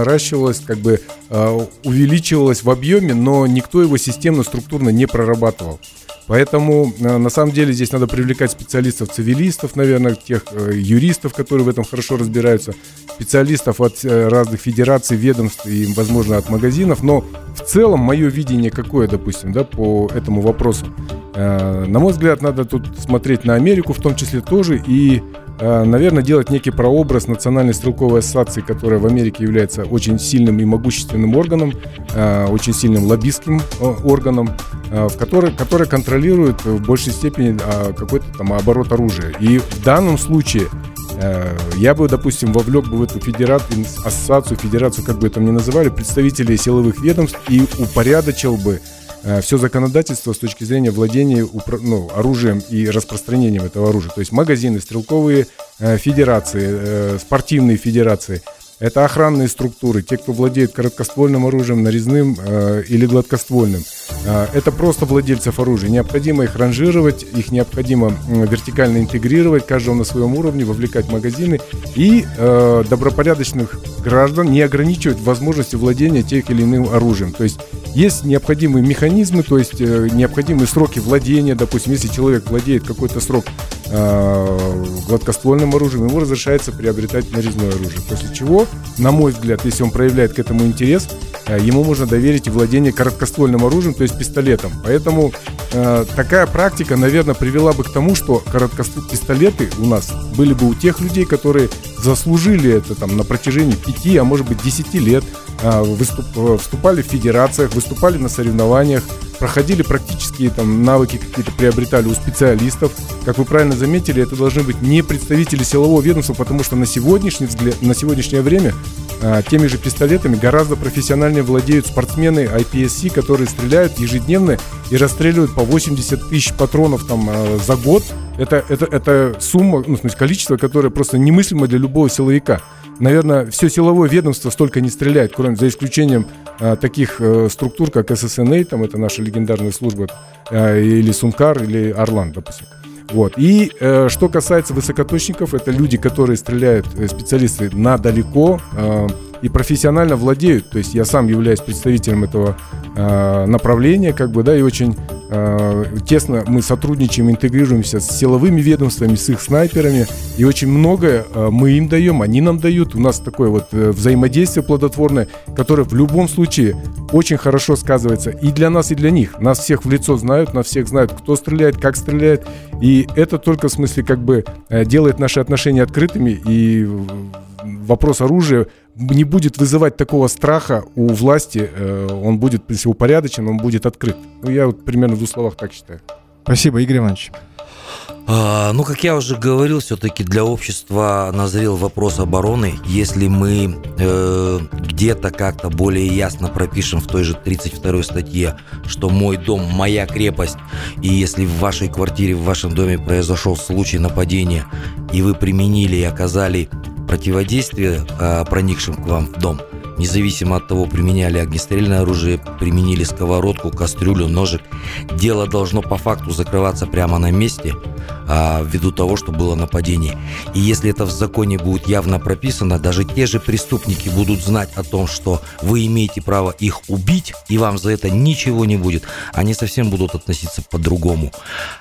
увеличивалось в объеме, но никто его системно, структурно не прорабатывал. Поэтому, на самом деле, здесь надо привлекать специалистов-цивилистов, наверное, тех юристов, которые в этом хорошо разбираются, специалистов от разных федераций, ведомств и, возможно, от магазинов. Но в целом мое видение какое, допустим, по этому вопросу? На мой взгляд, надо тут смотреть на Америку в том числе тоже и, наверное, делать некий прообраз Национальной стрелковой ассоциации, которая в Америке является очень сильным и могущественным органом, очень сильным лоббистским органом, который контролирует в большей степени какой-то оборот оружия. И в данном случае я бы, допустим, вовлек бы в эту федерацию, как бы это ни называли, представителей силовых ведомств и упорядочил бы все законодательство с точки зрения владения оружием и распространением этого оружия. То есть магазины, стрелковые федерации, спортивные федерации. Это охранные структуры, те, кто владеет короткоствольным оружием, нарезным или гладкоствольным. Это просто владельцев оружия. Необходимо их ранжировать, их необходимо вертикально интегрировать, каждого на своем уровне, вовлекать в магазины и добропорядочных граждан не ограничивать возможности владения тех или иным оружием. То есть есть необходимые механизмы, то есть необходимые сроки владения. Допустим, если человек владеет какой-то срок гладкоствольным оружием, ему разрешается приобретать нарезное оружие. После чего, на мой взгляд, если он проявляет к этому интерес, ему можно доверить и владение короткоствольным оружием, то есть пистолетом. Поэтому такая практика, наверное, привела бы к тому, что пистолеты у нас были бы у тех людей, которые заслужили это там, на протяжении 5, а может быть 10 лет, вступали в федерациях, выступали на соревнованиях, проходили практические там, навыки какие-то, приобретали у специалистов. Как вы правильно заметили, это должны быть не представители силового ведомства, потому что на сегодняшнее время теми же пистолетами гораздо профессиональнее владеют спортсмены IPSC, которые стреляют ежедневно и расстреливают по 80 тысяч патронов там, за год. Это сумма, в смысле, количество, которое просто немыслимо для любого силовика. Наверное, все силовое ведомство столько не стреляет, кроме за исключением таких структур, как ССНА, там это наша легендарная служба, или Сункар, или Орлан, допустим. Вот. И что касается высокоточников, это люди, которые стреляют, специалисты надалеко и профессионально владеют. То есть я сам являюсь представителем этого направления, как бы, да, и очень тесно мы сотрудничаем, интегрируемся с силовыми ведомствами, с их снайперами, и очень многое мы им даем, они нам дают. У нас такое вот взаимодействие плодотворное, которое в любом случае очень хорошо сказывается и для нас, и для них. Нас всех в лицо знают, нас всех знают, кто стреляет, как стреляет, и это только в смысле как бы делает наши отношения открытыми, и вопрос оружия не будет вызывать такого страха у власти, он будет, если упорядочен, он будет открыт. Ну, я вот примерно в двух словах так считаю.
Спасибо, Игорь Иванович.
Ну, как я уже говорил, все-таки для общества назрел вопрос обороны. Если мы где-то как-то более ясно пропишем в той же 32-й статье, что мой дом, моя крепость, и если в вашей квартире, в вашем доме произошел случай нападения, и вы применили и оказали противодействие проникшим к вам в дом, независимо от того, применяли огнестрельное оружие, применили сковородку, кастрюлю, ножик, дело должно по факту закрываться прямо на месте, ввиду того, что было нападение. И если это в законе будет явно прописано, даже те же преступники будут знать о том, что вы имеете право их убить, и вам за это ничего не будет. Они совсем будут относиться по-другому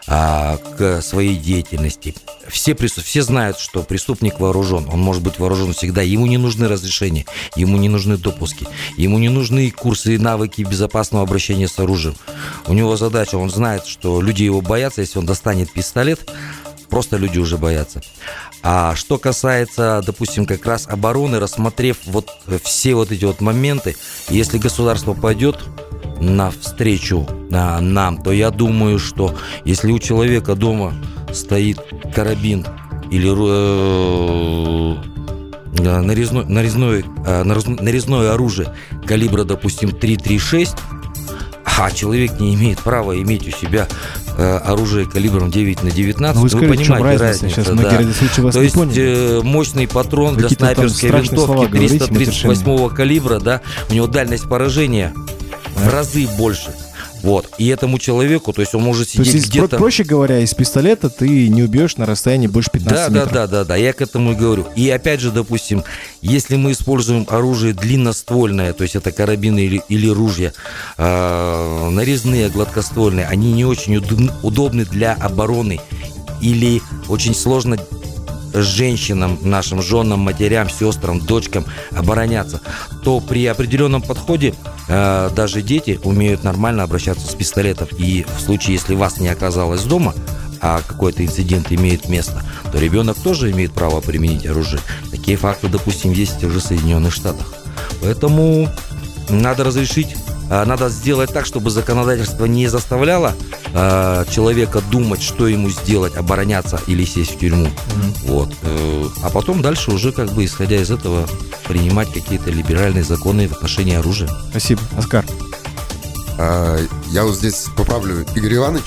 к своей деятельности. Все знают, что преступник вооружен. Он может быть вооружен всегда. Ему не нужны разрешения, ему не нужны допуски, ему не нужны курсы и навыки безопасного обращения с оружием. У него задача, он знает, что люди его боятся. Если он достанет пистолет, просто люди уже боятся. А что касается, допустим, как раз обороны, рассмотрев вот все вот эти вот моменты, если государство пойдет навстречу нам, то я думаю, что если у человека дома стоит карабин или нарезное оружие калибра, допустим, 3,36, а человек не имеет права иметь у себя оружие калибром 9х19,
вы
понимаете разницу, да. То есть мощный патрон для снайперской винтовки 338 калибра, да, у него дальность поражения в разы больше. Вот. И этому человеку, то есть он может сидеть
есть,
где-то...
Проще говоря, из пистолета ты не убьешь на расстоянии больше 15 метров.
Да, я к этому и говорю. И опять же, допустим, если мы используем оружие длинноствольное, то есть это карабины или ружья, нарезные, гладкоствольные, они не очень удобны для обороны или очень сложно женщинам, нашим женам, матерям, сестрам, дочкам обороняться, то при определенном подходе даже дети умеют нормально обращаться с пистолетом. И в случае, если вас не оказалось дома, а какой-то инцидент имеет место, то ребенок тоже имеет право применить оружие. Такие факты, допустим, есть в тех же Соединенных Штатах. Поэтому надо разрешить, надо сделать так, чтобы законодательство не заставляло человека думать, что ему сделать, обороняться или сесть в тюрьму. Вот. А потом дальше уже, как бы, исходя из этого, принимать какие-то либеральные законы в отношении оружия.
Спасибо. Оскар.
Я вот здесь поправлю Игоря Ивановича.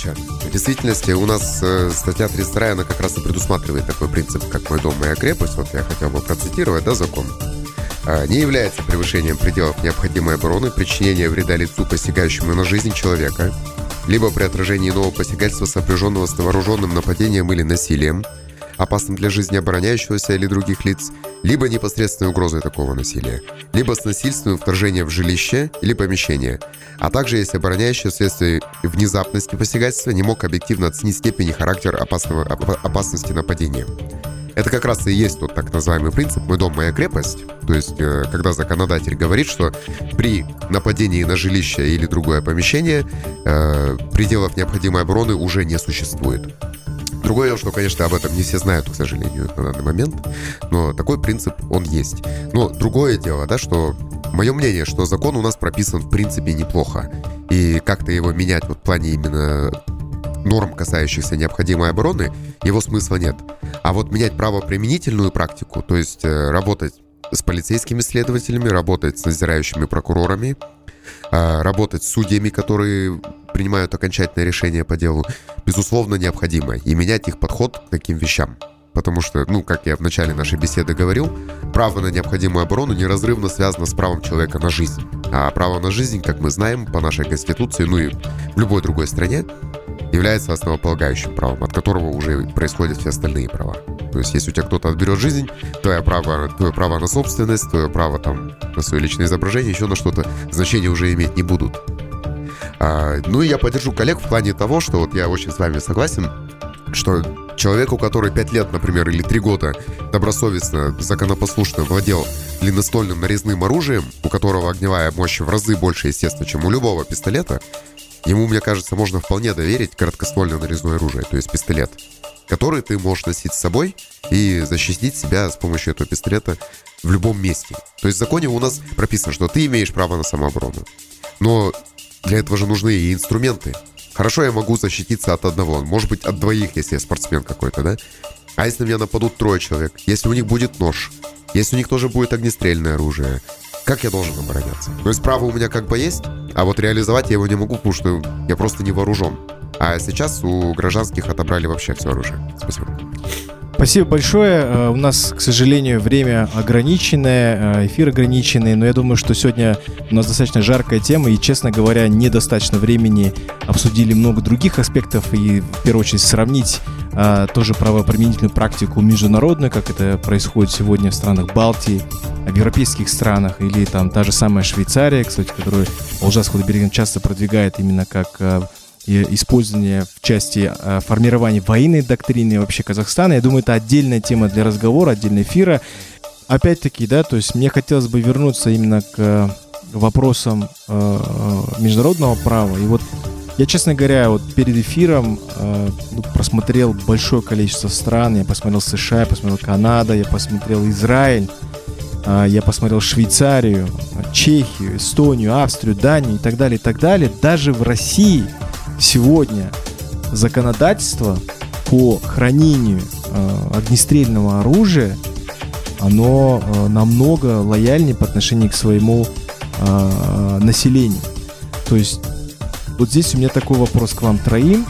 В действительности у нас статья 32, она как раз и предусматривает такой принцип, как «Мой дом, моя крепость». Вот я хотел бы процитировать, да, закон. Не является превышением пределов необходимой обороны причинение вреда лицу, посягающему на жизнь человека, либо при отражении иного посягательства, сопряженного с вооруженным нападением или насилием, опасным для жизни обороняющегося или других лиц, либо непосредственной угрозой такого насилия, либо с насильственным вторжением в жилище или помещение, а также если обороняющий вследствие внезапности посягательства не мог объективно оценить степень и характер опасности нападения. Это как раз и есть тот так называемый принцип «Мой дом, моя крепость». То есть, когда законодатель говорит, что при нападении на жилище или другое помещение пределов необходимой обороны уже не существует. Другое дело, что, конечно, об этом не все знают, к сожалению, на данный момент, но такой принцип, он есть. Но другое дело, да, что мое мнение, что закон у нас прописан в принципе неплохо, и как-то его менять вот в плане именно норм, касающихся необходимой обороны, его смысла нет. А вот менять правоприменительную практику, то есть работать с полицейскими следователями, работать с надзирающими прокурорами, работать с судьями, которые принимают окончательное решение по делу, безусловно, необходимо. И менять их подход к таким вещам. Потому что, как я в начале нашей беседы говорил, право на необходимую оборону неразрывно связано с правом человека на жизнь. А право на жизнь, как мы знаем, по нашей Конституции, и в любой другой стране, является основополагающим правом, от которого уже происходят все остальные права. То есть, если у тебя кто-то отберет жизнь, твое право на собственность, твое право на свое личное изображение, еще на что-то, значения уже иметь не будут. И я поддержу коллег в плане того, что вот я очень с вами согласен, что человеку, который 5 лет, например, или 3 года добросовестно, законопослушно владел длинноствольным нарезным оружием, у которого огневая мощь в разы больше, естественно, чем у любого пистолета, ему, мне кажется, можно вполне доверить короткоствольное нарезное оружие, то есть пистолет, который ты можешь носить с собой и защитить себя с помощью этого пистолета в любом месте. То есть в законе у нас прописано, что ты имеешь право на самооборону. Но для этого же нужны и инструменты. Хорошо, я могу защититься от одного, может быть, от двоих, если я спортсмен какой-то, да? А если на меня нападут 3 человек? Если у них будет нож? Если у них тоже будет огнестрельное оружие? Как я должен обороняться? То есть право у меня как бы есть, а вот реализовать я его не могу, потому что я просто не вооружен. А сейчас у гражданских отобрали вообще все оружие. Спасибо.
Спасибо большое. У нас, к сожалению, время ограниченное, эфир ограниченный, но я думаю, что сегодня у нас достаточно жаркая тема, и, честно говоря, недостаточно времени обсудили много других аспектов, и, в первую очередь, сравнить тоже правоприменительную практику международную, как это происходит сегодня в странах Балтии, в европейских странах, или там та же самая Швейцария, кстати, которую Олжас Худайберген часто продвигает именно как использование в части формирования военной доктрины вообще Казахстана. Я думаю, это отдельная тема для разговора, отдельного эфира. Опять-таки, да, то есть мне хотелось бы вернуться именно к вопросам международного права. И вот я, честно говоря, вот перед эфиром просмотрел большое количество стран. Я посмотрел США, я посмотрел Канаду, я посмотрел Израиль, я посмотрел Швейцарию, Чехию, Эстонию, Австрию, Данию и так далее, и так далее. Даже в России сегодня законодательство по хранению огнестрельного оружия, оно намного лояльнее по отношению к своему населению. То есть вот здесь у меня такой вопрос к вам троим.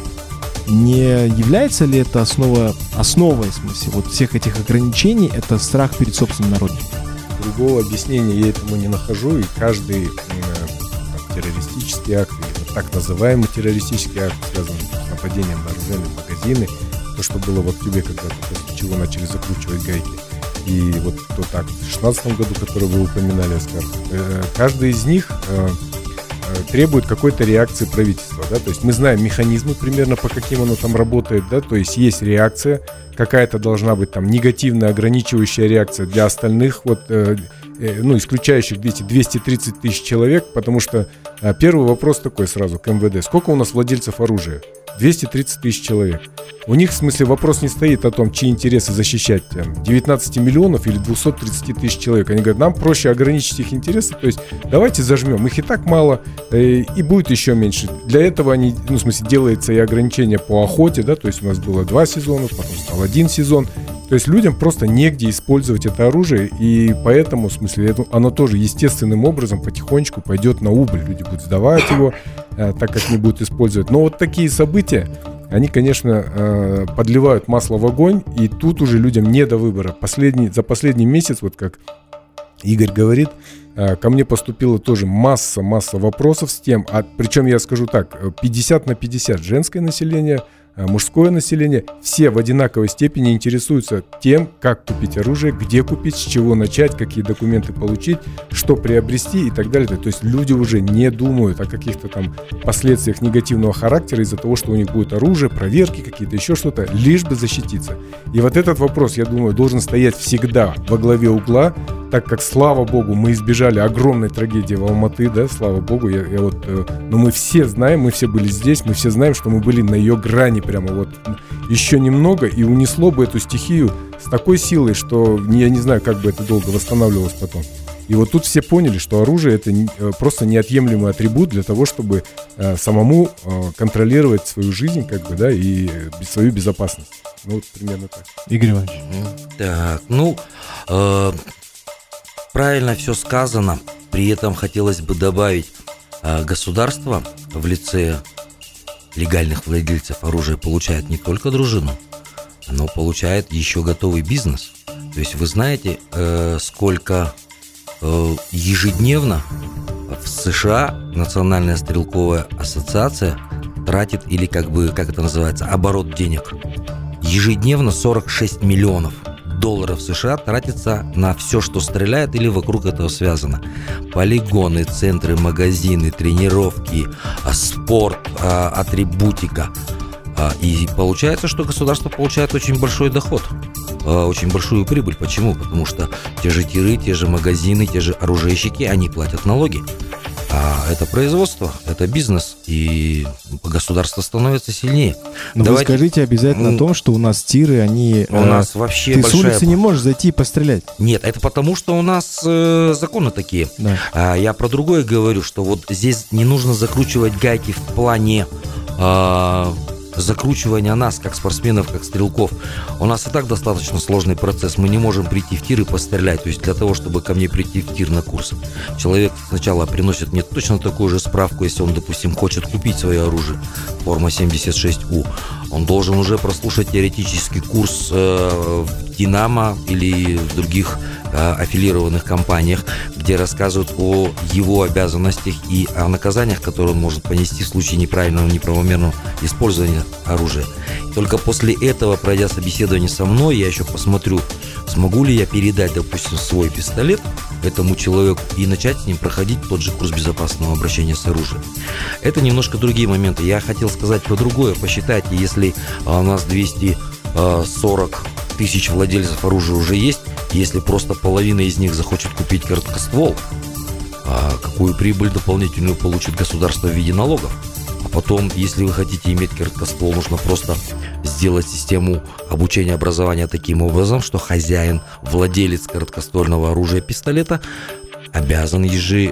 Не является ли это основой, в смысле, вот всех этих ограничений, это страх перед собственным народом?
Другого объяснения я этому не нахожу, и каждый террористический акт, или так называемый террористический акт, связанный с нападением на оружейные магазины, то, что было в октябре, когда-то, после чего начали закручивать гайки, и вот тот акт в 2016 году, который вы упоминали, Оскар, каждый из них требует какой-то реакции правительства, да, то есть мы знаем механизмы примерно, по каким оно там работает, да, то есть реакция, какая-то должна быть там негативная ограничивающая реакция для остальных, вот, исключающих эти 230 тысяч человек, потому что первый вопрос такой сразу к МВД: сколько у нас владельцев оружия? 230 тысяч человек. У них, в смысле, вопрос не стоит о том, чьи интересы защищать, 19 миллионов или 230 тысяч человек. Они говорят, нам проще ограничить их интересы, то есть давайте зажмем, их и так мало, и будет еще меньше. Для этого они, делается и ограничение по охоте, да, то есть у нас было 2 сезона, потом стал 1 сезон. То есть людям просто негде использовать это оружие, и поэтому, оно тоже естественным образом потихонечку пойдет на убыль. Люди будут сдавать его, так как не будут использовать. Но вот такие события, они, конечно, подливают масло в огонь, и тут уже людям не до выбора. За последний месяц, вот как Игорь говорит, ко мне поступила тоже масса вопросов с тем, причем я скажу так, 50/50 женское население, мужское население, все в одинаковой степени интересуются тем, как купить оружие, где купить, с чего начать, какие документы получить, что приобрести и так далее. То есть люди уже не думают о каких-то там последствиях негативного характера из-за того, что у них будет оружие, проверки какие-то, еще что-то, лишь бы защититься. И вот этот вопрос, я думаю, должен стоять всегда во главе угла, так как, слава богу, мы избежали огромной трагедии в Алматы, да, слава богу, но мы все знаем, мы все были здесь, мы все знаем, что мы были на ее грани прямо вот еще немного, и унесло бы эту стихию с такой силой, что я не знаю, как бы это долго восстанавливалось потом. И вот тут все поняли, что оружие — это просто неотъемлемый атрибут для того, чтобы самому контролировать свою жизнь, как бы, да, и свою безопасность. Ну, вот примерно так.
Игорь Иванович.
Так, правильно все сказано. При этом хотелось бы добавить, государство в лице легальных владельцев оружия получает не только дружину, но получает еще готовый бизнес. То есть вы знаете, сколько ежедневно в США Национальная стрелковая ассоциация тратит, или как это называется, оборот денег. Ежедневно 46 миллионов долларов США тратится на все, что стреляет или вокруг этого связано. Полигоны, центры, магазины, тренировки, спорт, атрибутика. И получается, что государство получает очень большой доход, очень большую прибыль. Почему? Потому что те же тиры, те же магазины, те же оружейщики, они платят налоги. А это производство, это бизнес, и государство становится сильнее.
Но вы скажите обязательно о том, что у нас тиры, они...
У нас вообще
ты
большая...
с улицы не можешь зайти и пострелять.
Нет, это потому, что у нас законы такие. Да. Я про другое говорю, что вот здесь не нужно закручивать гайки в плане... закручивания нас, как спортсменов, как стрелков. У нас и так достаточно сложный процесс. Мы не можем прийти в тир и пострелять. То есть для того, чтобы ко мне прийти в тир на курс, человек сначала приносит мне точно такую же справку, если он, допустим, хочет купить свое оружие, форма 76У. Он должен уже прослушать теоретический курс в «Динамо» или в других аффилированных компаниях, где рассказывают о его обязанностях и о наказаниях, которые он может понести в случае неправильного, неправомерного использования оружия. Только после этого, пройдя собеседование со мной, я еще посмотрю, смогу ли я передать, допустим, свой пистолет этому человеку и начать с ним проходить тот же курс безопасного обращения с оружием. Это немножко другие моменты. Я хотел сказать про другое. Посчитайте, если у нас 240 тысяч владельцев оружия уже есть, если просто половина из них захочет купить короткоствол, какую прибыль дополнительную получит государство в виде налогов? А потом, если вы хотите иметь короткоствол, нужно просто сделать систему обучения образования таким образом, что хозяин, владелец короткоствольного оружия, пистолета, обязан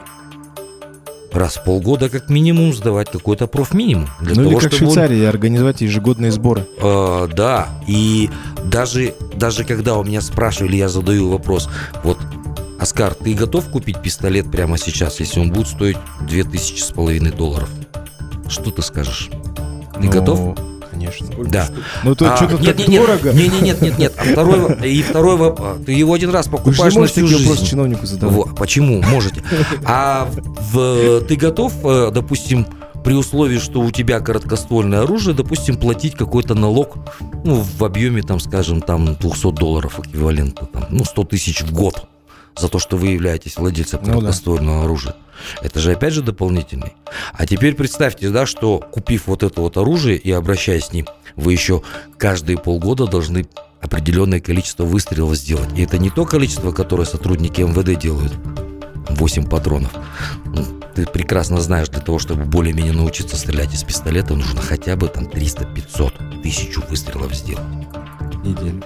раз в полгода как минимум сдавать какой-то профминимум.
Или как в Швейцарии, организовать ежегодные сборы.
Да, и даже когда у меня спрашивали, я задаю вопрос, вот, Оскар, ты готов купить пистолет прямо сейчас, если он будет стоить $2500? Что ты скажешь? Ты готов?
Конечно.
Да.
Ну то что-то так дорого.
Нет. Второй вопрос. Ты его один раз покупаешь на всю жизнь.
Вопрос чиновнику задавать.
Почему? Можете. Ты готов, допустим, при условии, что у тебя короткоствольное оружие, допустим, платить какой-то налог, в объеме, $200 эквивалента, 100 тысяч в год за то, что вы являетесь владельцем короткоствольного оружия. Это же опять же дополнительный. А теперь представьте, да, что купив вот это вот оружие и обращаясь с ним, вы еще каждые полгода должны определенное количество выстрелов сделать. И это не то количество, которое сотрудники МВД делают. 8 патронов. Ты прекрасно знаешь, для того, чтобы более-менее научиться стрелять из пистолета, нужно хотя бы 300, 500, 1000 выстрелов сделать.
Неделю.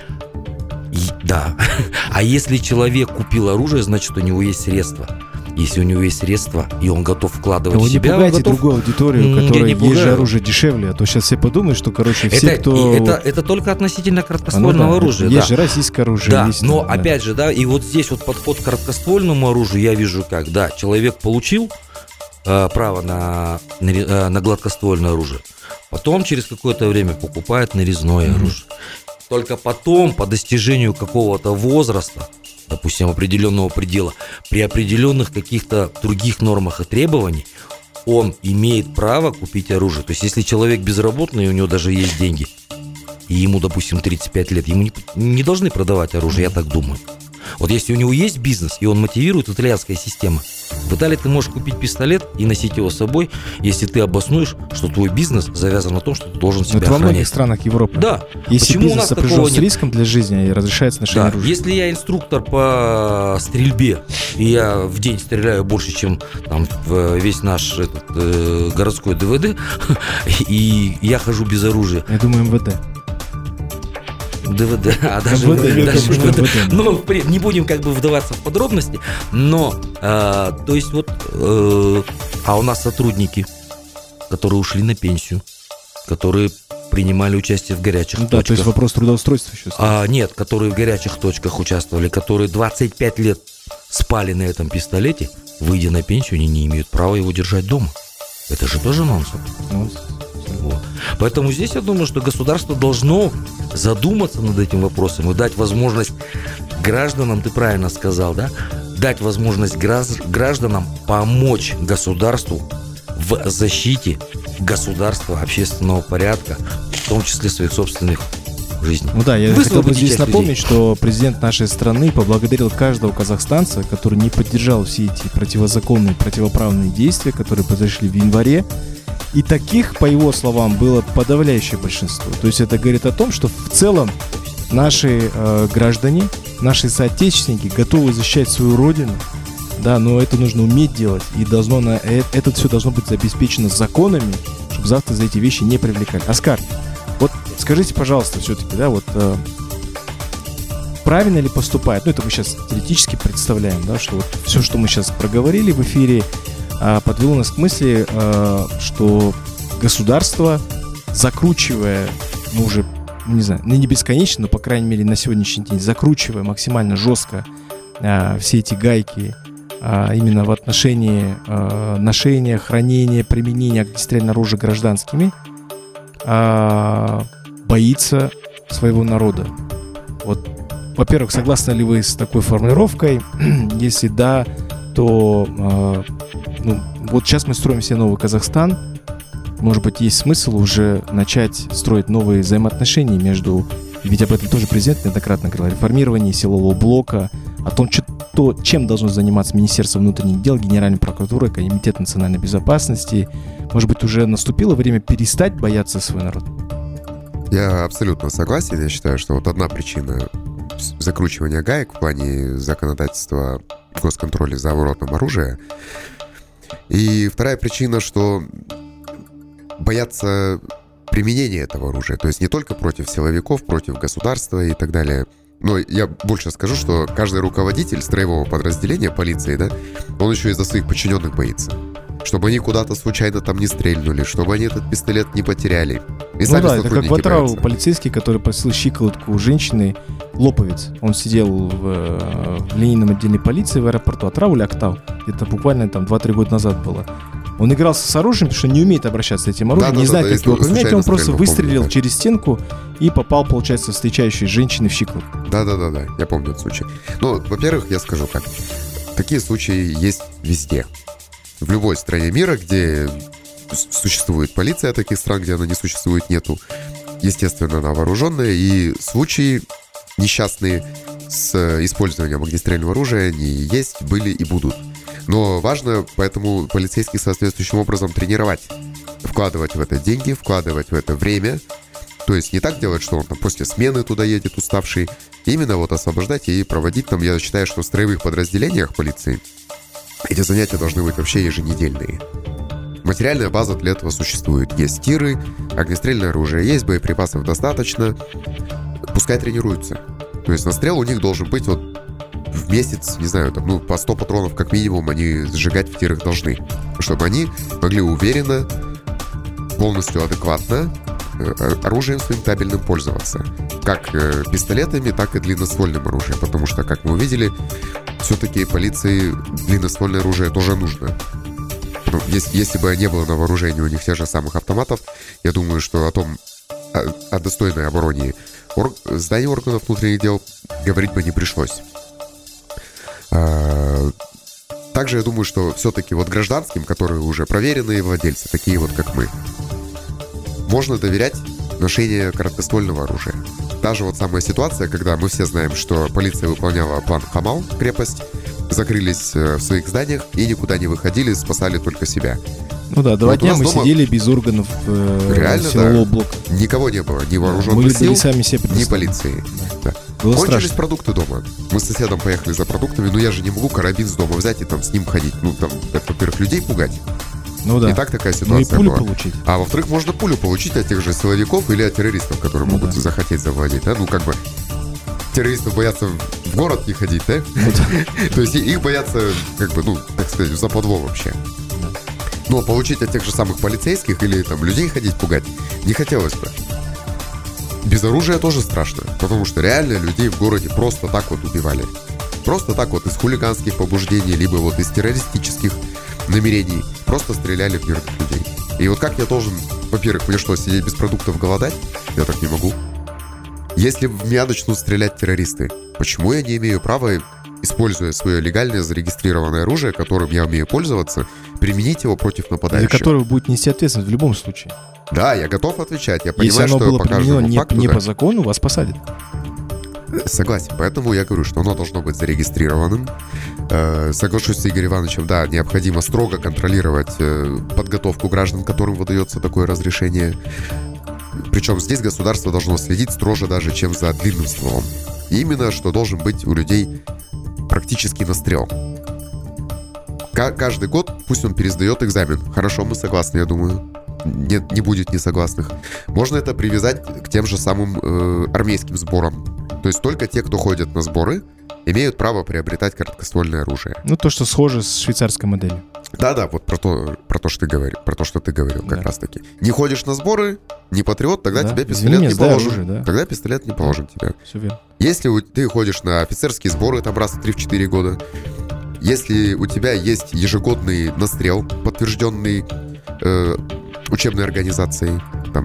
Да. А если человек купил оружие, значит, у него есть средства. Если у него есть средства, и он готов вкладывать в себя...
Не пугайте другую аудиторию, которая есть же оружие дешевле, а то сейчас все подумают, что, все, кто...
Это только относительно короткоствольного оружия.
Есть же российское оружие.
Да, но опять же, да, и вот здесь вот подход к короткоствольному оружию я вижу как, да, человек получил право на гладкоствольное оружие. Потом через какое-то время покупает нарезное оружие. Только потом, по достижению какого-то возраста, допустим, определенного предела, при определенных каких-то других нормах и требований, он имеет право купить оружие. То есть, если человек безработный, и у него даже есть деньги, и ему, допустим, 35 лет, ему не должны продавать оружие, я так думаю. Вот если у него есть бизнес, и он мотивирует, итальянская система. В Италии ты можешь купить пистолет и носить его с собой, если ты обоснуешь, что твой бизнес завязан на том, что ты должен себя охранять.
Во многих странах Европы.
Да.
Если
Почему
бизнес сопряжен с риском для жизни, разрешается ношение оружия.
Если я инструктор по стрельбе, и я в день стреляю больше, чем там, весь наш городской ДВД, и я хожу без оружия.
Я думаю, МВД.
ДВД, даже МВД. Ну, не будем как бы вдаваться в подробности, но, то есть вот, а у нас сотрудники, которые ушли на пенсию, которые принимали участие в горячих точках.
Да, то есть вопрос трудоустройства еще.
Нет, которые в горячих точках участвовали, которые 25 лет спали на этом пистолете, выйдя на пенсию, они не имеют права его держать дома. Это же тоже нонсенс. Вот. Поэтому здесь я думаю, что государство должно задуматься над этим вопросом и дать возможность гражданам, ты правильно сказал, да? Дать возможность гражданам помочь государству в защите государства, общественного порядка, в том числе своих собственных жизней.
Ну да, я хотел бы здесь напомнить, что президент нашей страны поблагодарил каждого казахстанца, который не поддержал все эти противозаконные, противоправные действия, которые произошли в январе. И таких, по его словам, было подавляющее большинство. То есть это говорит о том, что в целом наши граждане, наши соотечественники готовы защищать свою родину, да, но это нужно уметь делать, и это все должно быть обеспечено законами, чтобы завтра за эти вещи не привлекали. Оскар, вот скажите, пожалуйста, все-таки, да, вот правильно ли поступает, ну это мы сейчас теоретически представляем, да, что вот все, что мы сейчас проговорили в эфире, подвело нас к мысли, что государство, закручивая, ну уже, не знаю, не бесконечно, но, по крайней мере, на сегодняшний день, закручивая максимально жестко все эти гайки именно в отношении ношения, хранения, применения огнестрельного оружия гражданскими, боится своего народа. Вот, во-первых, согласны ли вы с такой формулировкой? Если да, то вот сейчас мы строим себе новый Казахстан. Может быть, есть смысл уже начать строить новые взаимоотношения между... Ведь об этом тоже президент неоднократно говорил. О реформировании силового блока, о том, чем должно заниматься Министерство внутренних дел, Генеральная прокуратура, Комитет национальной безопасности. Может быть, уже наступило время перестать бояться свой народ?
Я абсолютно согласен. Я считаю, что вот одна причина закручивания гаек в плане законодательства госконтроля за оборотом оружия. И вторая причина, что боятся применения этого оружия. То есть не только против силовиков, против государства и так далее. Но я больше скажу, что каждый руководитель строевого подразделения полиции, да, он еще и за своих подчиненных боится. Чтобы они куда-то случайно там не стрельнули, чтобы они этот пистолет не потеряли. И сами
это как в Атырау полицейский, который просил щиколотку у женщины, лоповец. Он сидел в линейном отделе полиции в аэропорту Атырау или Актау. Это буквально там 2-3 года назад было. Он игрался с оружием, потому что не умеет обращаться с этим оружием, не знает, как его применять. Он просто выстрелил через стенку и попал, получается, встречающей женщине в щиколотку.
Да, я помню этот случай. Ну, во-первых, я скажу так. Такие случаи есть везде. В любой стране мира, где существует полиция, таких стран, где она не существует, нету. Естественно, она вооруженная, и случаи несчастные с использованием огнестрельного оружия, они есть, были и будут. Но важно, поэтому полицейских соответствующим образом тренировать. Вкладывать в это деньги, вкладывать в это время. То есть не так делать, что он там после смены туда едет уставший. Именно вот освобождать и проводить там, я считаю, что в строевых подразделениях полиции эти занятия должны быть вообще еженедельные. Материальная база для этого существует. Есть тиры, огнестрельное оружие есть, боеприпасов достаточно. Пускай тренируются. То есть настрел у них должен быть вот в месяц, не знаю, там, по 100 патронов как минимум они сжигать в тирах должны. Чтобы они могли уверенно, полностью адекватно оружием своим табельным пользоваться. Как пистолетами, так и длинноствольным оружием. Потому что, как мы увидели, все-таки полиции длинноствольное оружие тоже нужно. Если бы не было на вооружении у них тех же самых автоматов, я думаю, что о достойной обороне зданий органов внутренних дел говорить бы не пришлось. Также я думаю, что все-таки вот гражданским, которые уже проверенные владельцы, такие вот как мы, можно доверять ношению короткоствольного оружия. Та же вот самая ситуация, когда мы все знаем, что полиция выполняла план Хамал, крепость, закрылись в своих зданиях и никуда не выходили, спасали только себя.
Ну да, 2 дня мы сидели без органов силового блока.
Никого не было, ни вооруженных сил,
сами себе
ни полиции. Да. Кончились
страшно.
Продукты дома. Мы с соседом поехали за продуктами, но я же не могу карабин с дома взять и там с ним ходить. Ну, там, это, во-первых, людей пугать.
Ну да.
И так такая ситуация
пулю
была.
Получить.
А во-вторых, можно пулю получить от тех же силовиков или от террористов, которые могут захотеть завладеть. Да? Ну, как бы, террористов боятся в город не ходить, да? То есть их боятся, как бы, ну, так сказать, в западло вообще. Но получить от тех же самых полицейских или там людей ходить пугать не хотелось бы. Без оружия тоже страшно, потому что реально людей в городе просто так вот убивали. Просто так вот из хулиганских побуждений, либо вот из террористических намерений просто стреляли в мирных людей. И вот как я должен, во-первых, мне что, сидеть без продуктов голодать? Я так не могу. Если в меня начнут стрелять террористы, почему я не имею права, используя свое легальное зарегистрированное оружие, которым я умею пользоваться, применить его против нападающих?
За которого будет нести ответственность в любом случае.
Да, я готов отвечать. Я понимаю,
если оно
что
было
по каждому
применено
факту,
не по закону, вас посадят.
Согласен, поэтому я говорю, что оно должно быть зарегистрированным. Соглашусь с Игорем Ивановичем, да, необходимо строго контролировать подготовку граждан, которым выдается такое разрешение. Причем здесь государство должно следить строже даже, чем за длинным стволом. И именно, что должен быть у людей практический настрел. Каждый год пусть он пересдает экзамен. Хорошо, мы согласны, я думаю. Нет, не будет несогласных. Можно это привязать к тем же самым армейским сборам. То есть только те, кто ходят на сборы, имеют право приобретать короткоствольное оружие.
Ну, то, что схоже с швейцарской моделью.
Да-да, вот про то, что ты говорил, как раз таки. Не ходишь на сборы, не патриот, тогда тебе пистолет не положен. Оружие, да. Тогда пистолет не положен тебе.
Все верно.
Если ты ходишь на офицерские сборы, там раз в 3-4 года, если у тебя есть ежегодный настрел, подтвержденный учебной организацией, там,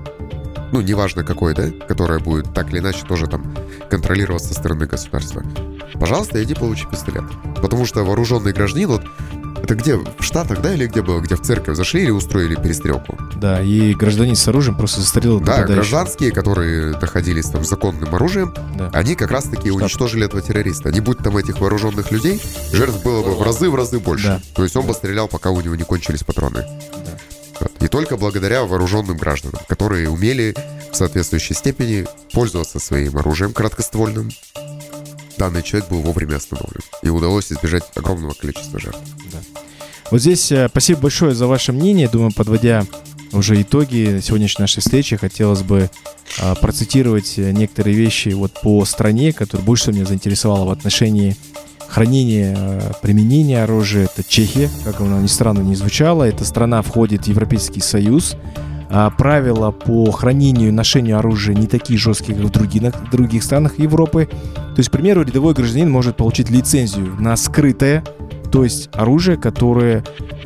ну, неважно какой, да, которая будет так или иначе тоже там контролироваться со стороны государства, пожалуйста, иди получи пистолет. Потому что вооруженный гражданин, вот, это где, в Штатах, да, или где было, где в церковь зашли или устроили перестрелку?
Да, и гражданин с оружием просто застрелил нападающего.
Да, гражданские, которые находились там с законным оружием, да, они как раз-таки уничтожили этого террориста. Не будь там этих вооруженных людей, жертв было бы в разы больше. Да. То есть он бы стрелял, пока у него не кончились патроны. Да. Вот. И только благодаря вооруженным гражданам, которые умели в соответствующей степени пользоваться своим оружием короткоствольным, данный человек был вовремя остановлен. И удалось избежать огромного количества жертв.
Да. Вот здесь спасибо большое за ваше мнение. Думаю, подводя уже итоги сегодняшней нашей встречи, хотелось бы процитировать некоторые вещи вот по стране, которая больше всего меня заинтересовала в отношении хранения, применения оружия. Это Чехия, как оно ни странно не звучало. Эта страна входит в Европейский Союз. Правила по хранению и ношению оружия не такие жесткие, как в других странах Европы. То есть, к примеру, рядовой гражданин может получить лицензию на скрытое, то есть оружие, которое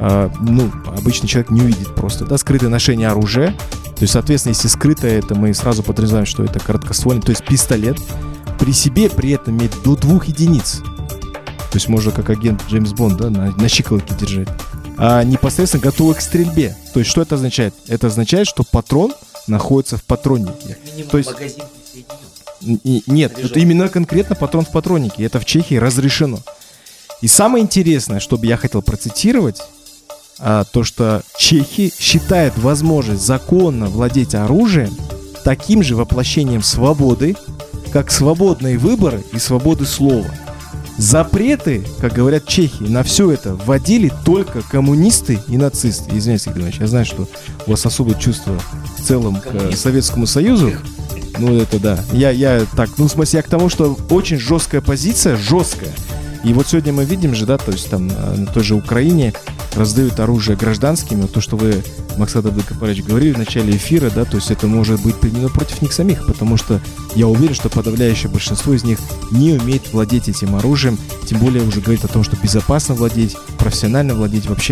обычный человек не увидит просто. Да, скрытое ношение оружия. То есть, соответственно, если скрытое, это мы сразу подразумеваем, что это короткоствольный, то есть пистолет. При себе при этом иметь до 2 единиц. То есть можно как агент Джеймс Бонд, да, на щиколотке держать. А непосредственно готовы к стрельбе. То есть что это означает? Это означает, что патрон находится в патроннике. То есть нет, это именно конкретно патрон в патроннике. Это в Чехии разрешено. И самое интересное, что бы я хотел процитировать, то, что чехи считают возможность законно владеть оружием таким же воплощением свободы, как свободные выборы и свободы слова. Запреты, как говорят чехи, на все это вводили только коммунисты и нацисты. Извиняюсь, Игорь Иванович, я знаю, что у вас особое чувство в целом к Советскому Союзу. Ну, это да. Я так, ну, в смысле, я к тому, что очень жесткая позиция, жесткая. И вот сегодня мы видим же, да, то есть там на той же Украине раздают оружие гражданским. Вот то, что вы, Максат Абдыкапарович, говорили в начале эфира, да, то есть это может быть применено против них самих, потому что я уверен, что подавляющее большинство из них не умеет владеть этим оружием, тем более уже говорит о том, что безопасно владеть, профессионально владеть, вообще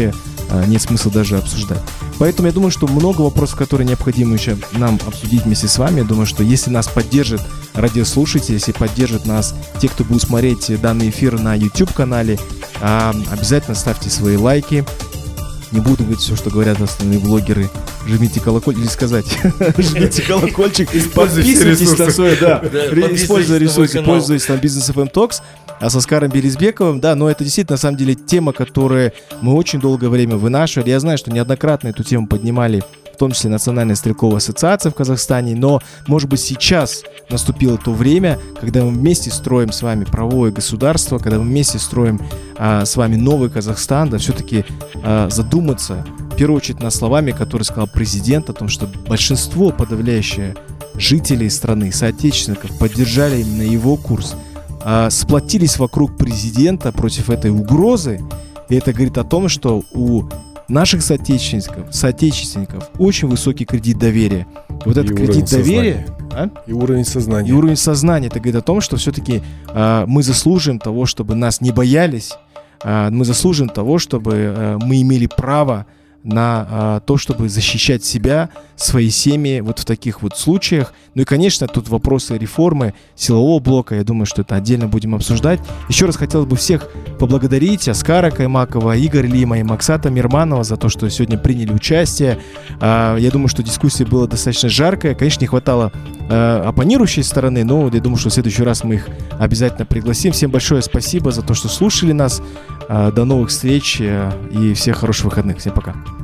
нет смысла даже обсуждать. Поэтому я думаю, что много вопросов, которые необходимо еще нам обсудить вместе с вами. Я думаю, что если нас поддержат радиослушатели, если поддержат нас те, кто будет смотреть данный эфир на YouTube-канале, обязательно ставьте свои лайки. Не буду говорить все, что говорят остальные блогеры. Жмите колокольчик, или сказать, жмите колокольчик, подписывайтесь на свой, используя ресурсы, пользуйтесь на Business FM Talks, с Оскаром Березбековым, да, но это действительно, на самом деле, тема, которую мы очень долгое время вынашивали. Я знаю, что неоднократно эту тему поднимали, в том числе Национальная стрелковая ассоциация в Казахстане, но, может быть, сейчас наступило то время, когда мы вместе строим с вами правовое государство, когда мы вместе строим с вами новый Казахстан, да, все-таки задуматься, в первую очередь, над словами, которые сказал президент, о том, что большинство, подавляющее жителей страны, соотечественников, поддержали именно его курс, сплотились вокруг президента против этой угрозы, и это говорит о том, что у наших соотечественников очень высокий кредит доверия. И вот этот кредит доверия...
И уровень сознания.
И уровень сознания. Это говорит о том, что все-таки мы заслуживаем того, чтобы нас не боялись, мы заслуживаем того, чтобы мы имели право на то, чтобы защищать себя, свои семьи вот в таких вот случаях. Ну и, конечно, тут вопросы реформы силового блока, я думаю, что это отдельно будем обсуждать. Еще раз хотелось бы всех поблагодарить: Оскара Каймакова, Игорь Лима и Максата Мирманова за то, что сегодня приняли участие. Я думаю, что дискуссия была достаточно жаркая. Конечно, не хватало оппонирующей стороны, но я думаю, что в следующий раз мы их обязательно пригласим. Всем большое спасибо за то, что слушали нас. До новых встреч и всех хороших выходных. Всем пока.